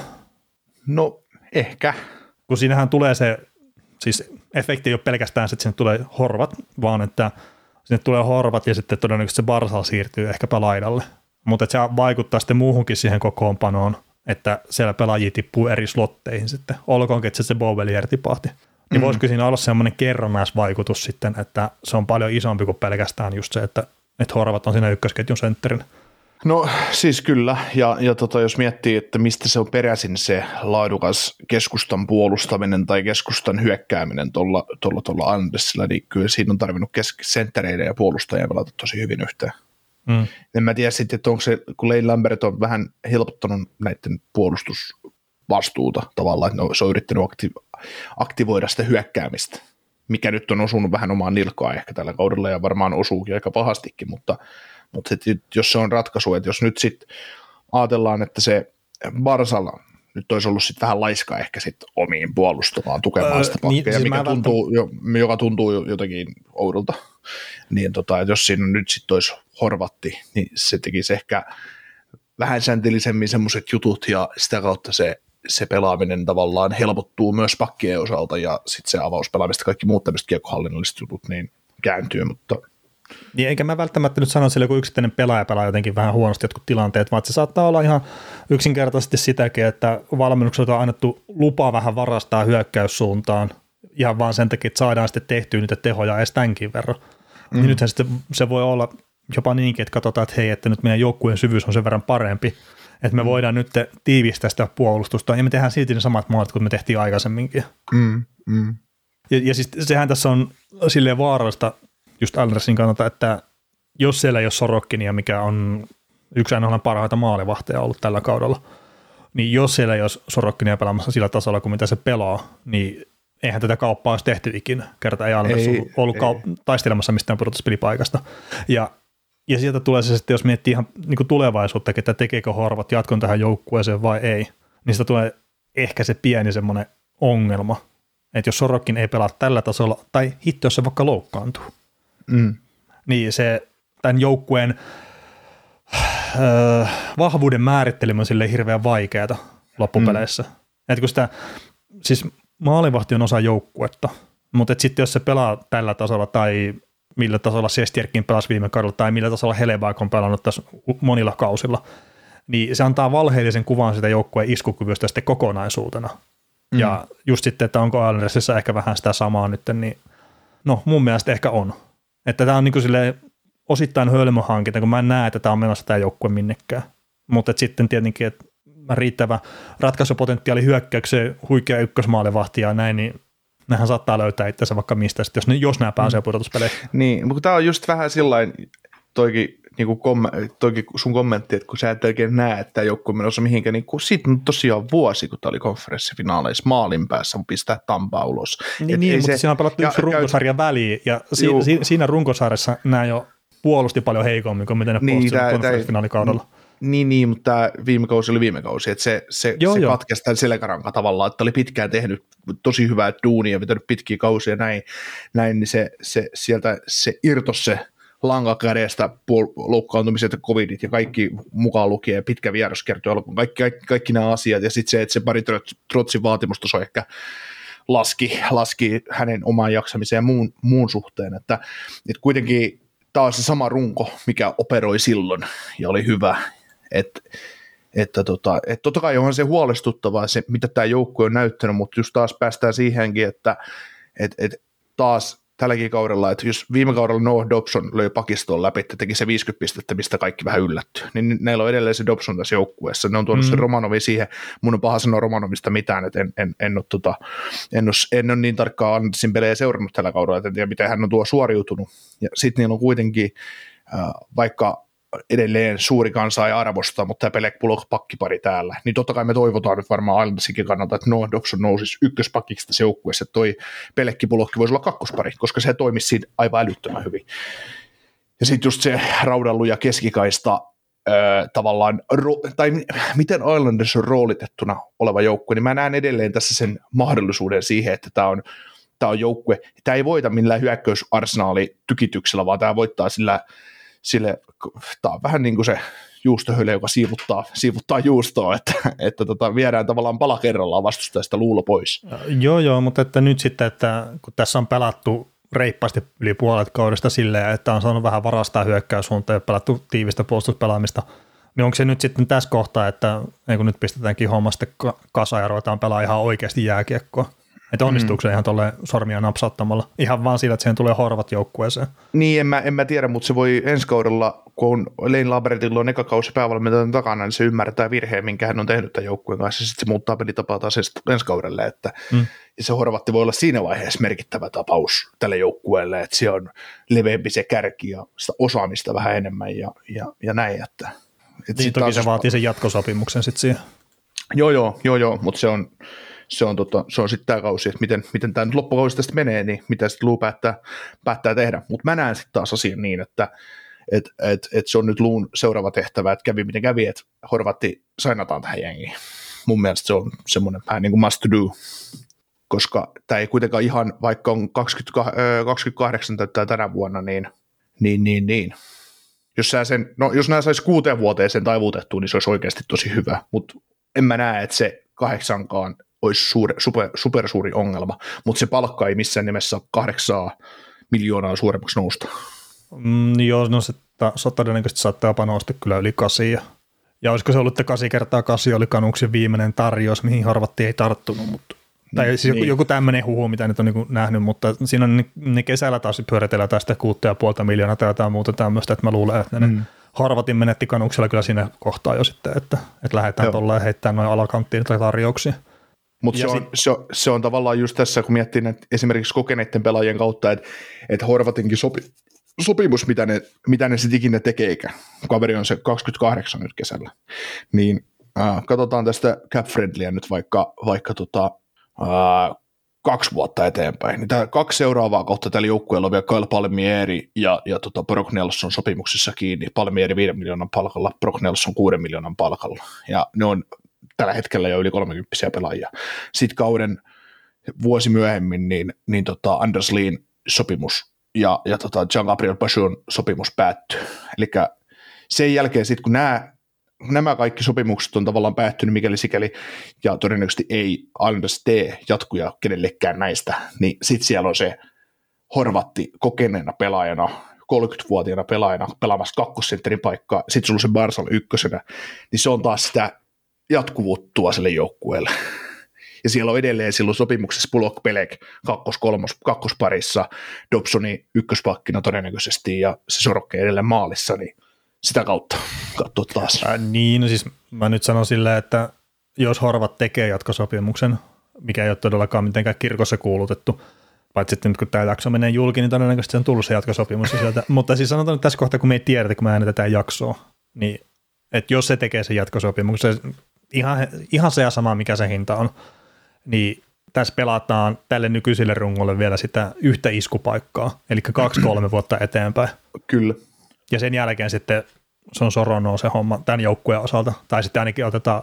No ehkä. Kun siinähän tulee se, siis efekti ei ole pelkästään se, että sinne tulee Horvat, vaan että sinne tulee Horvat ja sitten todennäköisesti se Barsal siirtyy ehkäpä laidalle. Mutta se vaikuttaa sitten muuhunkin siihen kokoonpanoon, että siellä pelaajia tippuu eri slotteihin sitten. Olkoonkin, että se Bowelier tipahti. Niin mm-hmm. voisiko siinä olla semmoinen kerrannaisvaikutus sitten, että se on paljon isompi kuin pelkästään just se, että että Horvat on siinä ykkösketjun sentterinä. No siis kyllä, ja, ja tota, jos miettii, että mistä se on peräisin se laadukas keskustan puolustaminen tai keskustan hyökkääminen tuolla, tuolla, tuolla Andersilla, niin kyllä siinä on tarvinnut kes- senttereiden ja puolustajia pelata tosi hyvin yhteen. Mm. En mä tiedä sitten, että onko se, kun Lane Lambert on vähän helpottanut näiden puolustusvastuuta tavallaan, että se on yrittänyt akti- aktivoida sitä hyökkäämistä, mikä nyt on osunut vähän omaan nilkaan ehkä tällä kaudella ja varmaan osuukin aika pahastikin, mutta Mutta jos se on ratkaisu, että jos nyt sitten ajatellaan, että se Barsalla nyt olisi ollut sitten vähän laiska ehkä sitten omiin puolustamaan, tukemaan öö, sitä pakkeja, niin, siis mikä tuntuu, jo, joka tuntuu jotenkin oudolta, niin tota, jos siinä nyt sitten olisi Horvatti, niin se tekisi ehkä vähän säntilisemmin semmoiset jutut ja sitä kautta se, se pelaaminen tavallaan helpottuu myös pakkien osalta ja sitten se avauspelaamista, kaikki muut tämmöiset kiekkohallinnolliset jutut niin kääntyy, mutta niin eikä mä välttämättä nyt sano sille, kun yksittäinen pelaaja pelaa jotenkin vähän huonosti jotkut tilanteet, vaan se saattaa olla ihan yksinkertaisesti sitäkin, että valmennukselta on annettu lupa vähän varastaa hyökkäyssuuntaan ihan vaan sen takia, että saadaan sitten tehtyä niitä tehoja edes tämänkin verran. Mm. Niin nythän sitten se voi olla jopa niinkin, että katsotaan, että hei, että nyt meidän joukkueen syvyys on sen verran parempi, että me mm. voidaan nyt tiivistää sitä puolustusta ja me tehdään silti ne samat maalit, kuin me tehtiin aikaisemminkin. Mm. Mm. Ja, ja siis sehän tässä on silleen vaarallista, just Islandersin kannalta, että jos siellä ei ole Sorokkinia, mikä on yksi N H L:n parhaita maalivahteja ollut tällä kaudella, niin jos siellä ei ole Sorokkinia pelaamassa sillä tasolla kuin mitä se pelaa, niin eihän tätä kauppaa olisi tehty ikinä. Kerta ei Islanders ei, ollut ei. Kaup- taistelemassa mistään pudotuspelipaikasta. Ja, ja sieltä tulee se sitten, jos miettii ihan niin kuin tulevaisuutta, että tekeekö Horvat jatkon tähän joukkueeseen vai ei, niin sitä tulee ehkä se pieni semmoinen ongelma, että jos Sorokkin ei pelaa tällä tasolla, tai hitto, jos se vaikka loukkaantuu, Mm. niin se tämän joukkueen öö, vahvuuden määrittelemä on silleen hirveän vaikeata loppupeleissä. Mm. Että kun sitä, siis maalivahti on osa joukkuetta, mutta sitten jos se pelaa tällä tasolla tai millä tasolla Sestierkin pelasi viime kaudella tai millä tasolla Helebaak on pelannut tässä monilla kausilla, niin se antaa valheellisen kuvan sitä joukkueen iskukyvystä sitten kokonaisuutena. Mm. Ja just sitten, että onko Islandersissa ehkä vähän sitä samaa nyt, niin no mun mielestä ehkä on. Että tämä on niin kuin silleen osittain hölmöhankinta, kun mä en näe, että tämä on menossa tämä joukkue minnekään. Mutta sitten tietenkin, että riittävä ratkaisupotentiaali hyökkäykseen, huikea ykkösmaalivahti ja näin, niin nehän saattaa löytää itseänsä vaikka mistä, jos, ne, jos nämä pääsee pudotuspeleihin. Niin, mutta tämä on just vähän sillain, toikin, niin kuin komme, toikin sun kommentti, että kun sä et oikein näe, että tämä joukkue on menossa mihinkään, niin kun siitä on tosiaan vuosi, kun tämä oli konferenssifinaaleissa maalin päässä, pistää Tampaa ulos. Niin, niin mutta se, siinä on pelattu yksi runkosarja käy... väliin, ja si, si, siinä runkosarjassa nämä jo puolusti paljon heikommin kuin miten ne niin, puolusti konferenssifinaalikaudella. Niin, niin, mutta tämä viime kausi oli viime kausi, että se, se, joo, se katkesi tämän selkäranka tavallaan, että oli pitkään tehnyt tosi hyvää duunia, vetänyt pitkiä kausia ja näin, näin niin se, se, sieltä se irtosi se lanka kädestä, puol- loukkaantumiset ja covidit ja kaikki mukaan lukien ja pitkä vieraskerto alkuun, kaikki, kaikki, kaikki nämä asiat ja sitten se, että se pari Trotsin vaatimustaso ehkä laski, laski hänen omaan jaksamiseen ja muun, muun suhteen, että, että kuitenkin taas se sama runko, mikä operoi silloin ja oli hyvä, että että tota, et totta kai onhan se huolestuttavaa se, mitä tämä joukkue on näyttänyt, mutta just taas päästään siihenkin, että et, et taas tälläkin kaudella, että jos viime kaudella Noah Dobson löi pakistoon läpi, että teki se viisikymmentä pistettä, mistä kaikki vähän yllättyy, niin näillä on edelleen se Dobson tässä joukkueessa. Ne on tuonut mm. sen Romanovi siihen, mun on paha sanoa Romanovista mitään, että en, en, en, ole, tota, en, ole, en ole niin tarkkaan Andersin pelejä seurannut tällä kaudella, että en tiedä, miten hän on tuo suoriutunut. Ja sitten niillä on kuitenkin, äh, vaikka edelleen suuri kansa ei arvosta, mutta tämä Pelek Pulok pakkipari täällä, niin totta kai me toivotaan nyt varmaan Islandersinkin kannalta, että Noah Dobson nousisi ykköspakkiksi tässä joukkueessa, että toi Pelekki Pulokki voisi olla kakkospari, koska se toimisi siinä aivan älyttömän hyvin. Ja sitten just se raudanluja keskikaista öö, tavallaan, ro- tai miten Islanders on roolitettuna oleva joukkue, niin mä näen edelleen tässä sen mahdollisuuden siihen, että tämä on, tää on joukkue, tämä ei voita millään hyökkäysarsenaali tykityksellä, vaan tämä voittaa sillä sille, tämä on vähän niin kuin se juustohöyle, joka siivuttaa, siivuttaa juustoa, että, että tota, viedään tavallaan pala kerrallaan vastustajasta luulo pois. Joo, joo, mutta että nyt sitten, että kun tässä on pelattu reippaasti yli puolet kaudesta silleen, että on saanut vähän varastaa hyökkäyssuuntaan ja pelattu tiivistä puolustuspelaamista, niin onko se nyt sitten tässä kohtaa, että kun nyt pistetäänkin homma sitten kasaan ja ruvetaan pelaamaan ihan oikeasti jääkiekkoa? Että onnistuuko se mm. ihan tolleen sormia napsauttamalla? Ihan vaan sillä, että siihen tulee Horvat joukkueeseen. Niin, en mä, en mä tiedä, mutta se voi ensi kaudella, kun Lane Lambertilla on eka kausi päävalmentajan takana, niin se ymmärtää virheen, minkä hän on tehnyt tämän joukkueen kanssa, ja sitten se muuttaa pelitapaa taas ensi kaudelle, että mm. ja se Horvatti voi olla siinä vaiheessa merkittävä tapaus tälle joukkueelle, että se on leveämpi se kärki ja sitä osaamista vähän enemmän ja, ja, ja näin, että et niin toki se vaatii sen jatkosopimuksen sitten siihen. Joo, joo, joo, joo, mutta se on, se on, tota, se on sitten tämä kausi, että miten, miten tämä nyt loppukausi tästä menee, niin mitä sitten Luu päättää, päättää tehdä. Mutta mä näen sitten taas asian niin, että et, et, et se on nyt Luun seuraava tehtävä, että kävi miten kävi, että Horvatti sainataan tähän jengiin. Mun mielestä se on semmoinen vähän niin kuin must to do, koska tämä ei kuitenkaan ihan, vaikka on kaksikymmentäkahdeksan täyttää tänä vuonna, niin, niin, niin, niin. Jos, sen, no, jos nämä saisi kuuteen vuoteen sen taivutettua, niin se olisi oikeasti tosi hyvä, mutta en mä näe, että se kahdeksankaan olisi suuri, super, supersuuri ongelma, mutta se palkka ei missään nimessä kahdeksaa miljoonaa suuremmaksi nousta. Mm, joo, no se todennäköisesti saattaa jopa nousta kyllä yli kasi. Ja, ja olisiko se ollut, että kasi kertaa kasi oli Canucksin viimeinen tarjous, mihin Horvatti ei tarttunut, mutta tai siis niin. joku tämmöinen huhu, mitä nyt on niin nähnyt, mutta siinä on ne, ne kesällä taas pyöritellään tästä kuutta ja puolta miljoonaa tai jotain muuta tämmöistä, että mä luulen, että ne mm. Horvatin menetti Canucksilla kyllä siinä kohtaa jo sitten, että, että lähdetään tuolla heittämään noin alakanttiin tai tarjouksia. Mutta se, sit... se, se on tavallaan just tässä, kun miettii näitä esimerkiksi kokeneiden pelaajien kautta, että, että Horvatinkin sopi, sopimus, mitä ne, mitä ne sitten ikinä tekeekään, kaveri on se kaksikymmentäkahdeksan nyt kesällä, niin äh, katsotaan tästä cap-friendlyä nyt vaikka, vaikka tota, Uh, kaksi vuotta eteenpäin. Niin tämä kaksi seuraavaa kohta tällä joukkueella on vielä Kyle Palmieri ja, ja tota Brock Nelson sopimuksessa kiinni. Palmieri viiden miljoonan palkalla, Brock Nelson kuuden miljoonan palkalla. Ja ne on tällä hetkellä jo yli kolmekymppisiä pelaajia. Sitten kauden vuosi myöhemmin niin, niin tota Anders Leen sopimus ja, ja tota Jean-Gabriel Pageon sopimus päättyy. Eli sen jälkeen sitten kun nämä Nämä kaikki sopimukset on tavallaan päättynyt, mikäli sikäli, ja todennäköisesti ei Anders tee jatkuja kenellekään näistä, niin sitten siellä on se Horvatti kokeneena pelaajana, kolmekymmentävuotiaana pelaajana pelaamassa kakkosentterin paikkaa, sitten sulla on se Barsal ykkösenä, niin se on taas sitä jatkuvuutta sille joukkueelle. Ja siellä on edelleen silloin sopimuksessa Bullock Pelek kakkos, kolmos, kakkosparissa, Dobsoni ykköspakkina todennäköisesti, ja se Sorokke edelleen maalissa, niin sitä kautta katsoa taas. Äh, niin, no siis mä nyt sanon silleen, että jos Horvat tekee jatkosopimuksen, mikä ei ole todellakaan mitenkään kirkossa kuulutettu, paitsi sitten nyt kun tämä jakso menee julki, niin todennäköisesti on tullut se jatkosopimus sieltä. Mutta siis sanotaan nyt tässä kohtaa, kun me ei tiedetä, kun me äänetetään jaksoa, niin että jos se tekee sen jatkosopimuksen, ihan, ihan se ja sama, mikä se hinta on, niin tässä pelataan tälle nykyiselle rungolle vielä sitä yhtä iskupaikkaa, eli kaksi-kolme vuotta eteenpäin. Kyllä. Ja sen jälkeen sitten se on Soronoa se homma tämän joukkueen osalta, tai sitten ainakin otetaan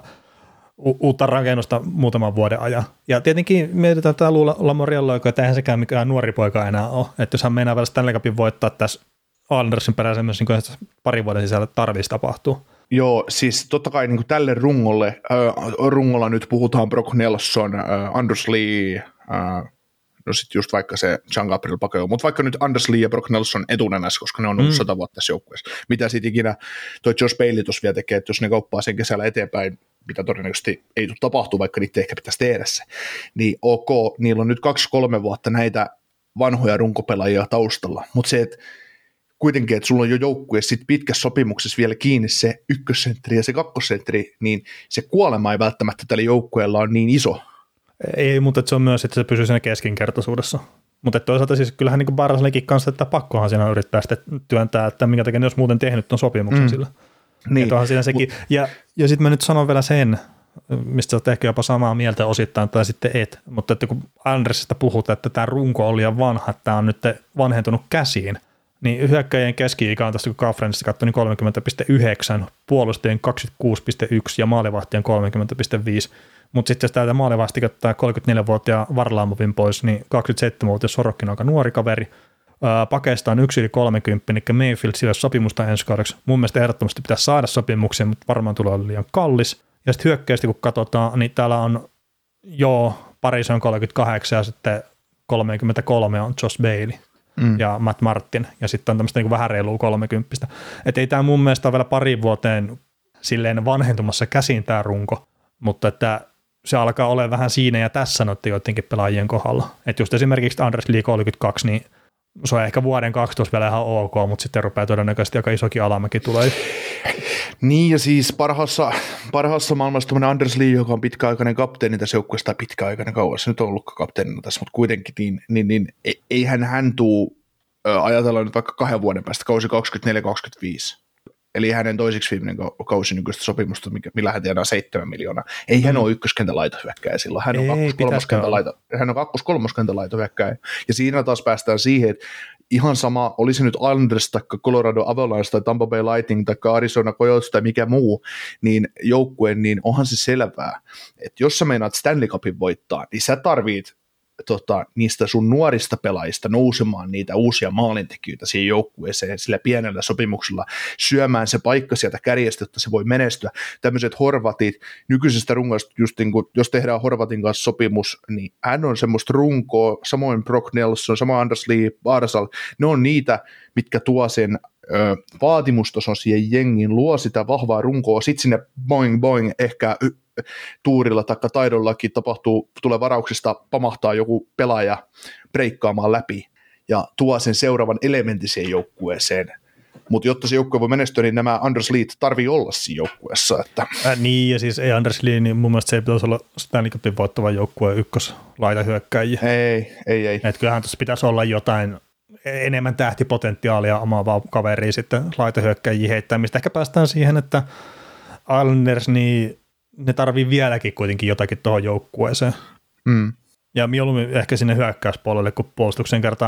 u- uutta rakennusta muutaman vuoden ajan. Ja tietenkin mietitään tämä Lamoriello, että eihän sekään mikään nuori poika enää ole, että jos hän meinaa vielä Stanley Cupin voittaa tässä Andersin peräisen myös niin parin vuoden sisällä tarvitsisi tapahtua. Joo, siis totta kai niin kuin tälle rungolle, äh, rungolla nyt puhutaan Brock Nelson, äh, Anders Lee, äh, no sitten just vaikka se Jean-Gabriel Pageau, mutta vaikka nyt Anders Lee ja Brock Nelson etunenässä, koska ne on ollut mm. sata vuotta tässä joukkueessa. Mitä sitten ikinä toi Josh Bailey tuossa vielä tekee, että jos ne kauppaa sen kesällä eteenpäin, mitä todennäköisesti ei tule tapahtua, vaikka niitä ehkä pitäisi tehdä se, niin ok, niillä on nyt kaksi-kolme vuotta näitä vanhoja runkopelaajia taustalla, mutta se, että kuitenkin, että sulla on jo joukkueessa sit pitkässä sopimuksessa vielä kiinni se ykkössentteri ja se kakkosentteri, niin se kuolema ei välttämättä tällä joukkueella on niin iso. Ei, mutta se on myös, että se pysyy siinä keskinkertaisuudessa. Mutta toisaalta siis kyllähän niin Barsallekin kanssa, että pakkohan siinä yrittää sitten työntää, että minkä takia ne olisi muuten tehnyt tuon sopimuksen mm. sillä. Niin. Siinä sekin. Mut, ja ja sitten mä nyt sanon vielä sen, mistä sä oot ehkä jopa samaa mieltä osittain tai sitten et, mutta että kun Andersista puhutaan, että tämä runko on liian vanha, että tämä on nyt vanhentunut käsiin, niin hyökkäjien keski-ikä on tästä, kun Kaufrendista katsoi, niin kolmekymmentä pilkku yhdeksän, puolustajien kaksikymmentäkuusi pilkku yksi ja maalivahtien kolmekymmentä pilkku viisi. Mutta sitten jos täältä maalivahti kattaa kolmekymmentäneljävuotiaan Varlaamovin pois, niin kaksikymmentäseitsemänvuotias Sorokin on aika nuori kaveri. Pakeista on yksi yli kolmekymmentä, eli Mayfield sillä sopimusta ensi kaudeksi. Mun mielestä ehdottomasti pitäisi saada sopimuksia, mutta varmaan tulee olla liian kallis. Ja sitten hyökkäistä kun katsotaan, niin täällä on jo Paris on kolmekymmentäkahdeksan ja sitten kolmekymmentäkolme on Josh Bailey. Mm. Ja Matt Martin, ja sitten on tämmöistä niin vähän reilua kolmekymppistä. Että ei tämä mun mielestä ole vielä pari vuoteen silleen vanhentumassa käsiin tämä runko, mutta että se alkaa olla vähän siinä ja tässä noiden joidenkin pelaajien kohdalla. Että just esimerkiksi Anders Lee kolmekymmentäkaksi, niin se on ehkä vuoden kaksitoista vielä ihan ok, mutta sitten rupeaa todennäköisesti aika isokin alamäki tulee. Niin ja siis parhaassa, parhaassa maailmassa tämmöinen Anders Lee, joka on pitkäaikainen kapteeni tässä joukkueessa, tai pitkäaikainen kauas, nyt on ollutkaan kapteenina tässä, mutta kuitenkin, niin, niin, niin eihän hän tuu ajatellaan nyt vaikka kahden vuoden päästä, kausi kaksikymmentäneljä kaksikymmentäviisi. Eli hänen toisiksi viimeinen kausi nykyistä sopimusta, millä hän tiedää seitsemän miljoonaa. Ei mm. hän ole ykköskentän laitohyökkäjä silloin. Hän on kakkos-kolmoskentän laito, hän on kakkos-kolmoskentän laitohyökkäjä. Ja siinä taas päästään siihen, että ihan sama, oli se nyt Islanders tai Colorado Avalanche tai Tampa Bay Lightning tai Arizona Coyotes tai mikä muu, niin joukkueen, niin onhan se selvää, että jos sä meinaat Stanley Cupin voittaa, niin sä tarvit Tota, niistä sun nuorista pelaajista nousemaan niitä uusia maalintekijöitä siihen joukkueeseen sillä pienellä sopimuksella syömään se paikka sieltä kärjestä, jotta se voi menestyä. Tämmöiset Horvatit, nykyisestä rungoista, just niin kuin, jos tehdään Horvatin kanssa sopimus, niin hän on semmoista runkoa, samoin Brock Nelson, samoin Anders Lee, Barsal, ne on niitä, mitkä tuo sen ö, vaatimustason siihen jengiin, luo sitä vahvaa runkoa, sitten sinne boing boing ehkä tuurilla tai taidollakin tapahtuu, tulee varauksista, pamahtaa joku pelaaja breikkaamaan läpi ja tuo sen seuraavan elementin siihen joukkueeseen. Mutta jotta se joukkue voi menestyä, niin nämä Anders Lee tarvii olla siinä joukkueessa. Että. Äh, niin, ja siis ei Anders Lee, niin mun mielestä se ei pitäisi olla Stanley Cupin voittava joukkueen ykköslaitahyökkäjiä. Ei, ei, ei. Et kyllähän tuossa pitäisi olla jotain enemmän tähtipotentiaalia omaavaa kaveria sitten laitahyökkäjiä heittää, mistä ehkä päästään siihen, että Islanders, niin ne tarvii vieläkin kuitenkin jotakin tuohon joukkueeseen. Mm. Ja mieluummin ehkä sinne hyökkäyspuolelle kuin puolustuksen kertaa.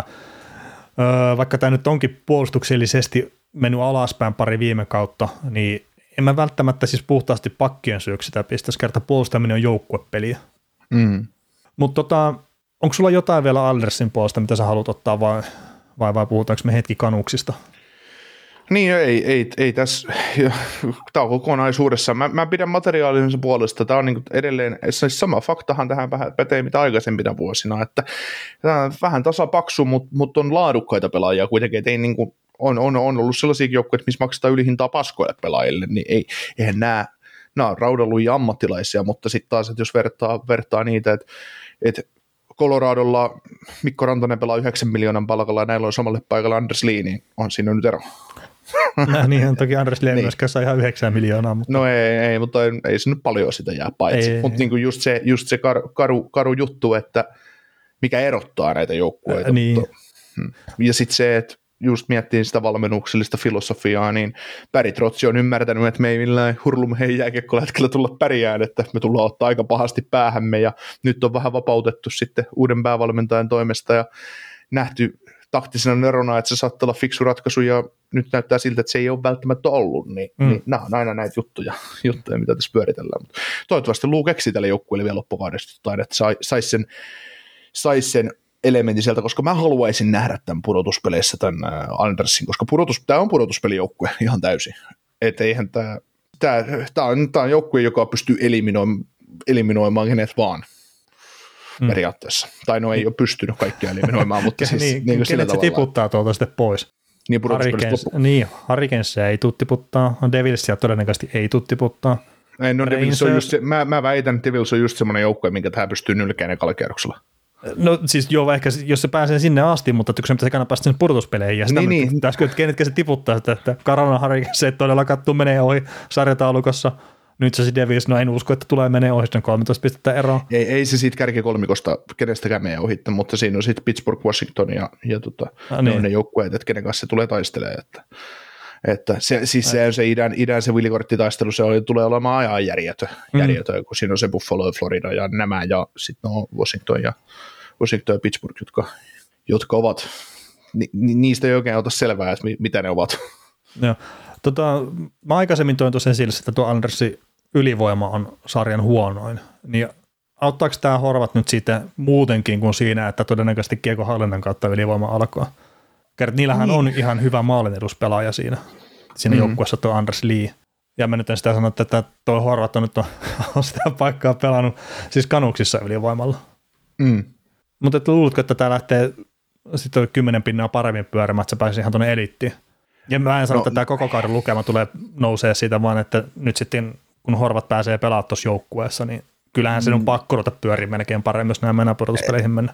Öö, vaikka tämä nyt onkin puolustuksellisesti mennyt alaspäin pari viime kautta, niin en mä välttämättä siis puhtaasti pakkien syyksi sitä pistäisi, kertaa puolustaminen on joukkuepeliä. Mm. Mutta tota, onko sulla jotain vielä Aldersin puolesta, mitä sä haluat ottaa, vai, vai, vai puhutaanko me hetki Canucksista? Niin, ei, ei, ei tässä, tämä on kokonaisuudessa. Mä, mä pidän materiaalisen puolesta, tämä on niin edelleen, sama faktahan tähän pätee mitä aikaisempina vuosina, että tämä on vähän tasapaksu, mutta, mutta on laadukkaita pelaajia kuitenkin, että ei niin kuin, on, on, on ollut sellaisia joukkoja, missä maksetaan ylihintaa paskoille pelaajille, niin ei, eihän nämä, nämä on raudalluja ammattilaisia, mutta sitten taas, että jos vertaa, vertaa niitä, että, että Coloradolla Mikko Rantanen pelaa yhdeksän miljoonan palkalla ja näillä on samalle paikalla Anders Lee, niin on siinä nyt ero. No, niin, toki Anders Lee niin. Myöskään saa ihan yhdeksän miljoonaa. Mutta. No ei, ei mutta ei, ei se nyt paljon sitä jää paitsi. Mutta niin just se, just se karu, karu, karu juttu, että mikä erottaa näitä joukkueita. Niin. Mutta, ja sitten se, että just miettii sitä valmennuksellista filosofiaa, niin Barry Trotz on ymmärtänyt, että me ei millään hurlumheen jääkiekkolätkellä tulla pärjään, että me tullaan ottaa aika pahasti päähämme, ja nyt on vähän vapautettu sitten uuden päävalmentajan toimesta, ja nähty taktisena nerona, että se saattaa olla fiksu ratkaisu, ja nyt näyttää siltä, että se ei ole välttämättä ollut, niin, mm. niin nämä on aina näitä juttuja, juttuja mitä tässä pyöritellään. Mutta toivottavasti Lou keksii tälle joukkueelle vielä loppukaudesta, että saisi sais sen, sais sen elementin sieltä, koska mä haluaisin nähdä tämän pudotuspeleissä tämän Andersin, koska pudotus, tämä on pudotuspelijoukkue ihan täysin. Että eihän tämä, tämä, tämä, on, tämä on joukkue, joka pystyy eliminoimaan, eliminoimaan kenet vaan mm. periaatteessa. Tai no ei ole pystynyt kaikkia eliminoimaan, mutta siis niin, niin kenet se tiputtaa tuolta sitten pois. Niin, niin Hurricanesia ei tule tiputtaa, Devilsia todennäköisesti ei tule tiputtaa. Ei, no Devils on just se, mä, mä väitän, että Devils on just semmoinen joukkue, minkä tähän pystyy nylkään ekalla kierroksella. No siis joo, ehkä jos se pääsee sinne asti, mutta kun se pitäisi ekana päästä sinne pudotuspeleihin, ja sitä niin, niin. Pitäisikö, että kenetkä se tiputtaa sitä, että Carolina Hurricanes ei todella kattuu menee ohi sarjataulukossa, nyt se Devils, no en usko, että tulee menee ohi, sitten kolmetoista pistettä eroa. Ei, ei se siitä kärkikolmikosta kenestäkään mene ohi, mutta siinä on sitten Pittsburgh, Washington ja, ja tota, ah, niin. ne on ne joukkueet, että kenen kanssa se tulee taistelemaan, että Että se, siis se, se idän, idän se villikorttitaistelu, se oli, tulee olemaan ajan järjetö, mm. järjetö, kun siinä on se Buffalo, Florida ja nämä, ja sitten no Washington ja, Washington ja Pittsburgh, jotka, jotka ovat, ni, niistä ei oikein ota selvää, että mitä ne ovat. Joo. Tota, mä aikaisemmin toin tuossa esille, että tuo Andersin ylivoima on sarjan huonoin, niin auttaako tämä Horvat nyt siitä muutenkin kuin siinä, että todennäköisesti kiekon hallinnan kautta ylivoima alkaa? Kert, niillähän niin. on ihan hyvä maalineduspelaaja siinä, siinä mm. joukkueessa tuo Anders Lee. Ja mä nyt en sitä sano, että tuo Horvat on nyt on, on sitä paikkaa pelannut siis Canucksissa ylivoimalla. Mm. Mutta luuletko, että tämä lähtee sitten kymmenen pinnaa paremmin pyörimään, että se pääsee ihan tuonne elittiin? Ja mä en sano, no, että tämä koko kauden lukema tulee nousee siitä, vaan että nyt sitten kun Horvat pääsee pelaamaan tuossa joukkueessa, niin kyllähän se on pakko ruveta pyöriä melkein paremmin, jos nämä mennään pudotuspeleihin mennä.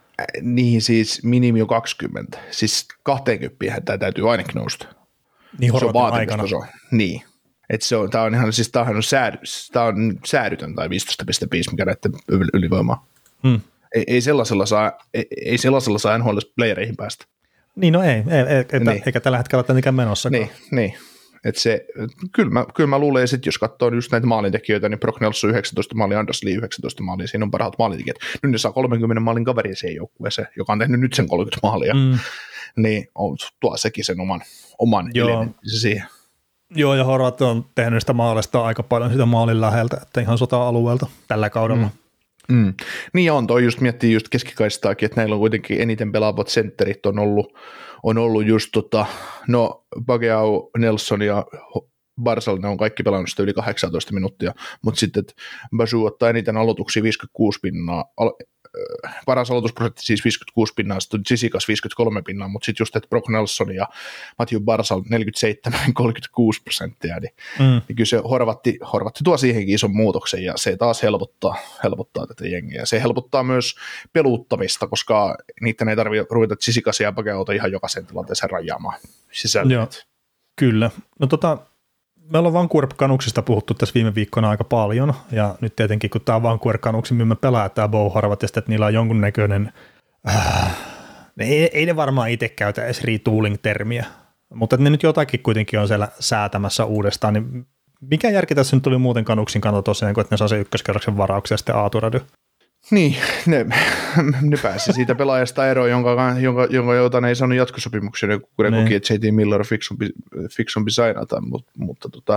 Niin siis minimi on kaksikymmentä. Siis kaksikymmentä tämä täytyy ainakin nousta. Niin horvatin aikana. Niin. Että se on, tää on ihan, siis tämähän on, säädy, tää on säädytön tai viisitoista pilkku viisi, mikä näette ylivoimaa. Hmm. Ei, ei, sellaisella saa, ei, ei sellaisella saa N H L-playereihin päästä. Niin, no ei, ei, ei niin. Eikä tällä hetkellä ole niinkään menossa. Niin, niin. Että se, kyllä mä, kyllä mä luulen, että jos katsoo just näitä maalintekijöitä, niin Brock Nelson yhdeksäntoista maalia, Anders Lee yhdeksäntoista maalia, siinä on parhaat maalintekijät. Nyt ne saa kolmenkymmenen maalin kaverin siihen joukkueeseen, joka on tehnyt nyt sen kolmekymmentä maalia. Mm. Niin on, tuo sekin sen oman, oman elementtisen siihen. Joo, ja Horvat on tehnyt sitä maalista aika paljon sitä maalin läheltä, että ihan sota-alueelta tällä kaudella. Mm. Mm. Niin on, toi just miettii just keskikaistaakin, että näillä on kuitenkin eniten pelaavat sentterit on ollut, on ollut just tota, no Bageau, Nelson ja Barzal, ne on kaikki pelannut sitä yli kahdeksantoista minuuttia, mutta sitten Basu ottaa eniten aloituksia viisikymmentäkuusi pinnaa, al- paras aloitusprosentti siis viisikymmentäkuusi pinnaa, sitten Tsisikas viisikymmentäkolme pinnaa, mutta sitten just, että Brock Nelson ja Matthew Barzal neljäkymmentäseitsemän kolmekymmentäkuusi prosenttia, niin, mm. niin kyllä se Horvatti, Horvatti tuo siihenkin ison muutoksen, ja se taas helpottaa, helpottaa tätä jengiä. Se helpottaa myös peluuttamista, koska niiden ei tarvitse ruveta Tsisikasia ja Bageauta ihan jokaisen tilanteeseen rajaamaan sisältöä. Joo, kyllä. No tota, me ollaan Vancouver-kanuksista puhuttu tässä viime viikkoina aika paljon, ja nyt tietenkin kun tämä on Vancouver-kanuksin, missä me pelaa tämä Bo Horvat, ja sitten, että niillä on jonkunnäköinen, äh, ei, ei ne varmaan itse käytä edes retooling-termiä, mutta ne nyt jotakin kuitenkin on siellä säätämässä uudestaan, niin mikä järki tässä nyt tuli muuten kanuksin kannalta tosiaan, kun että ne saa se ykköskerroksen varauksia ja sitten A-turady? Niin, ne, ne pääsi siitä pelaajasta eroon, jonka, jonka, jonka jota ne ei saanut jatkosopimuksia, kun ne koki, että J T Miller on fiksumpi, fiksumpi sainata, mutta, mutta tota,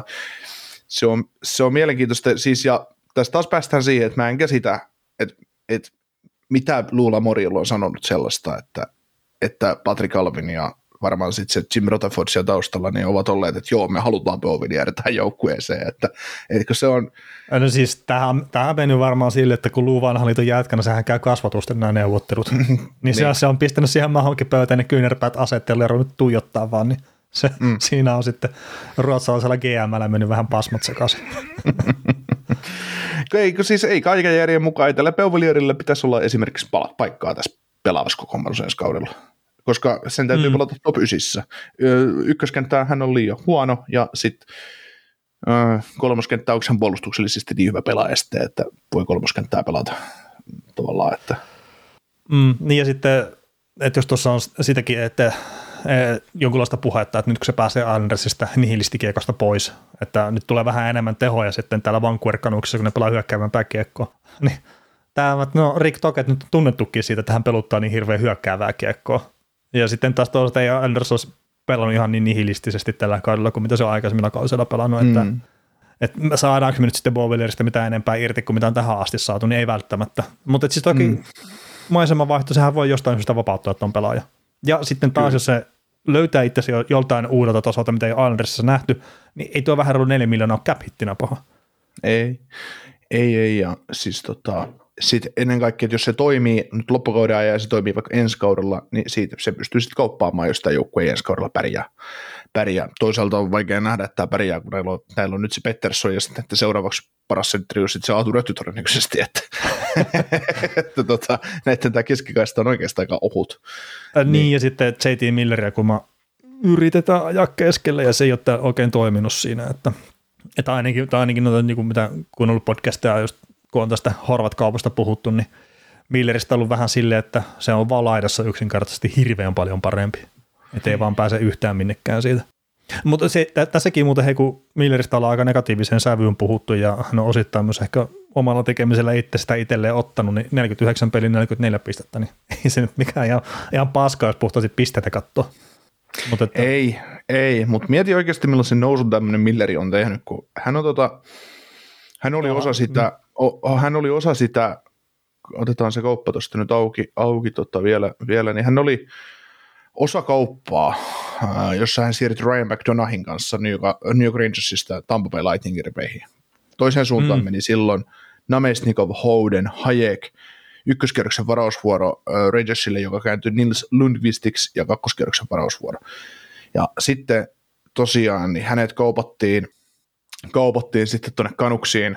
se, on, se on mielenkiintoista. Siis, ja tässä taas päästään siihen, että mä en käsitä, että, että mitä Lula Morilla on sanonut sellaista, että, että Patrick Alvin ja varmaan sitten se Jim Rutherford siellä taustalla, niin ovat olleet, että joo, me halutaan Bovin jäädä tähän joukkueeseen, että etkö se on... No siis tähän, tähän meni varmaan sille, että kun Lou vanha liiton jätkänä, sehän käy kasvatusten nämä neuvottelut, niin, niin. Se, se on pistänyt siihen mahonkin pöytään ne kyynärpäät asetteella ja ruvennut tuijottaa vaan, niin se, mm. siinä on sitten ruotsalaisella G M:llä mennyt vähän pasmat sekaisin. Eikö siis ei kaiken järjen mukaan, että tällä Beauvilierille pitäisi olla esimerkiksi paikkaa tässä pelaavassa kokoonpanossa ensi kaudella, koska sen täytyy mm. pelata top ysissä. Ykköskenttää hän on liian huono, ja sitten kolmoskenttä onko hän puolustuksellisesti niin hyvä pelaaja sitten, että voi kolmoskenttää pelata tavallaan. Että. Mm, niin ja sitten, että jos tuossa on sitäkin, että jonkunlaista puhetta, että nyt kun se pääsee Andersista nihilistikiekosta pois, että nyt tulee vähän enemmän tehoja sitten täällä Vancouver-kanuksissa, kun ne pelaa hyökkäävämpää kiekkoa, niin tämä, no Rick Tocchet nyt on tunnettukin siitä, että hän peluttaa niin hirveän hyökkäävää kiekkoa. Ja sitten taas toisaalta ei Anders olisi pelannut ihan niin nihilistisesti tällä kaudella kuin mitä se on aikaisemmilla kausilla pelannut, että, mm. että saadaanko me nyt sitten Beauvilieristä mitään enempää irti kuin mitä on tähän asti saatu, niin ei välttämättä. Mutta siis toki mm. maisemanvaihto, sehän voi jostain syystä vapauttaa tuon pelaaja. Ja sitten taas, Kyllä. jos se löytää itsesi joltain uudelta tasolta, mitä ei Andersissa nähty, niin ei tuo vähän ollut neljä miljoonaa cap-hittinä paha. Ei, ei, ei, ja siis tota... Sitten ennen kaikkea, että jos se toimii nyt loppukauden ajan ja se toimii vaikka ensi kaudella, niin siitä se pystyy sitten kauppaamaan, jos tämä joukkue ei ensi kaudella pärjää. pärjää. Toisaalta on vaikea nähdä, että tämä pärjää, kun näillä on, näillä on nyt se Pettersson ja sitten että seuraavaksi paras sentteri on sitten se Aatu Röty todennäköisesti, että, että tota, näiden tämä keskikaista on oikeastaan aika ohut. Äh, niin, niin, ja sitten J T Milleria, kun mä yritetään ajaa keskelle ja se ei ole oikein toiminut siinä, että, että ainakin, tai ainakin noita, niin kuin mitä, kun on ollut podcasteja just kun on tästä Horvat-kaupasta puhuttu, niin Milleristä on ollut vähän silleen, että se on vaan laidassa yksinkertaisesti hirveän paljon parempi, että ei vaan pääse yhtään minnekään siitä. Mutta se, tässäkin muuten, hei, kun Milleristä ollaan aika negatiiviseen sävyyn puhuttu ja hän on osittain myös ehkä omalla tekemisellä itse sitä itselleen ottanut, niin neljäkymmentäyhdeksän pelin neljäkymmentäneljä pistettä, niin ei se nyt mikään ihan, ihan paskaa, jos puhtaasti pisteitä katsoa. Mut että... Ei, ei, mutta mieti oikeasti millaisen nousun tämmöinen Milleri on tehnyt, kun hän on tota, hän oli Oha, osa sitä, o, hän oli osa sitä, otetaan se kauppa tuosta nyt auki, auki tota vielä, vielä, niin hän oli osa kauppaa, jossa hän siirtyi Ryan McDonaghin kanssa New York, New York Rangersista Tampa Bay Lightningin ripeihin. Toiseen suuntaan mm. meni silloin Namestnikov, Howden, Hayek, ykköskierroksen varausvuoro Rangersille, joka kääntyi Nils Lundqvistiksi, ja kakkoskierroksen varausvuoro. Ja sitten tosiaan niin hänet kaupattiin, kaupattiin sitten tuonne Canucksiin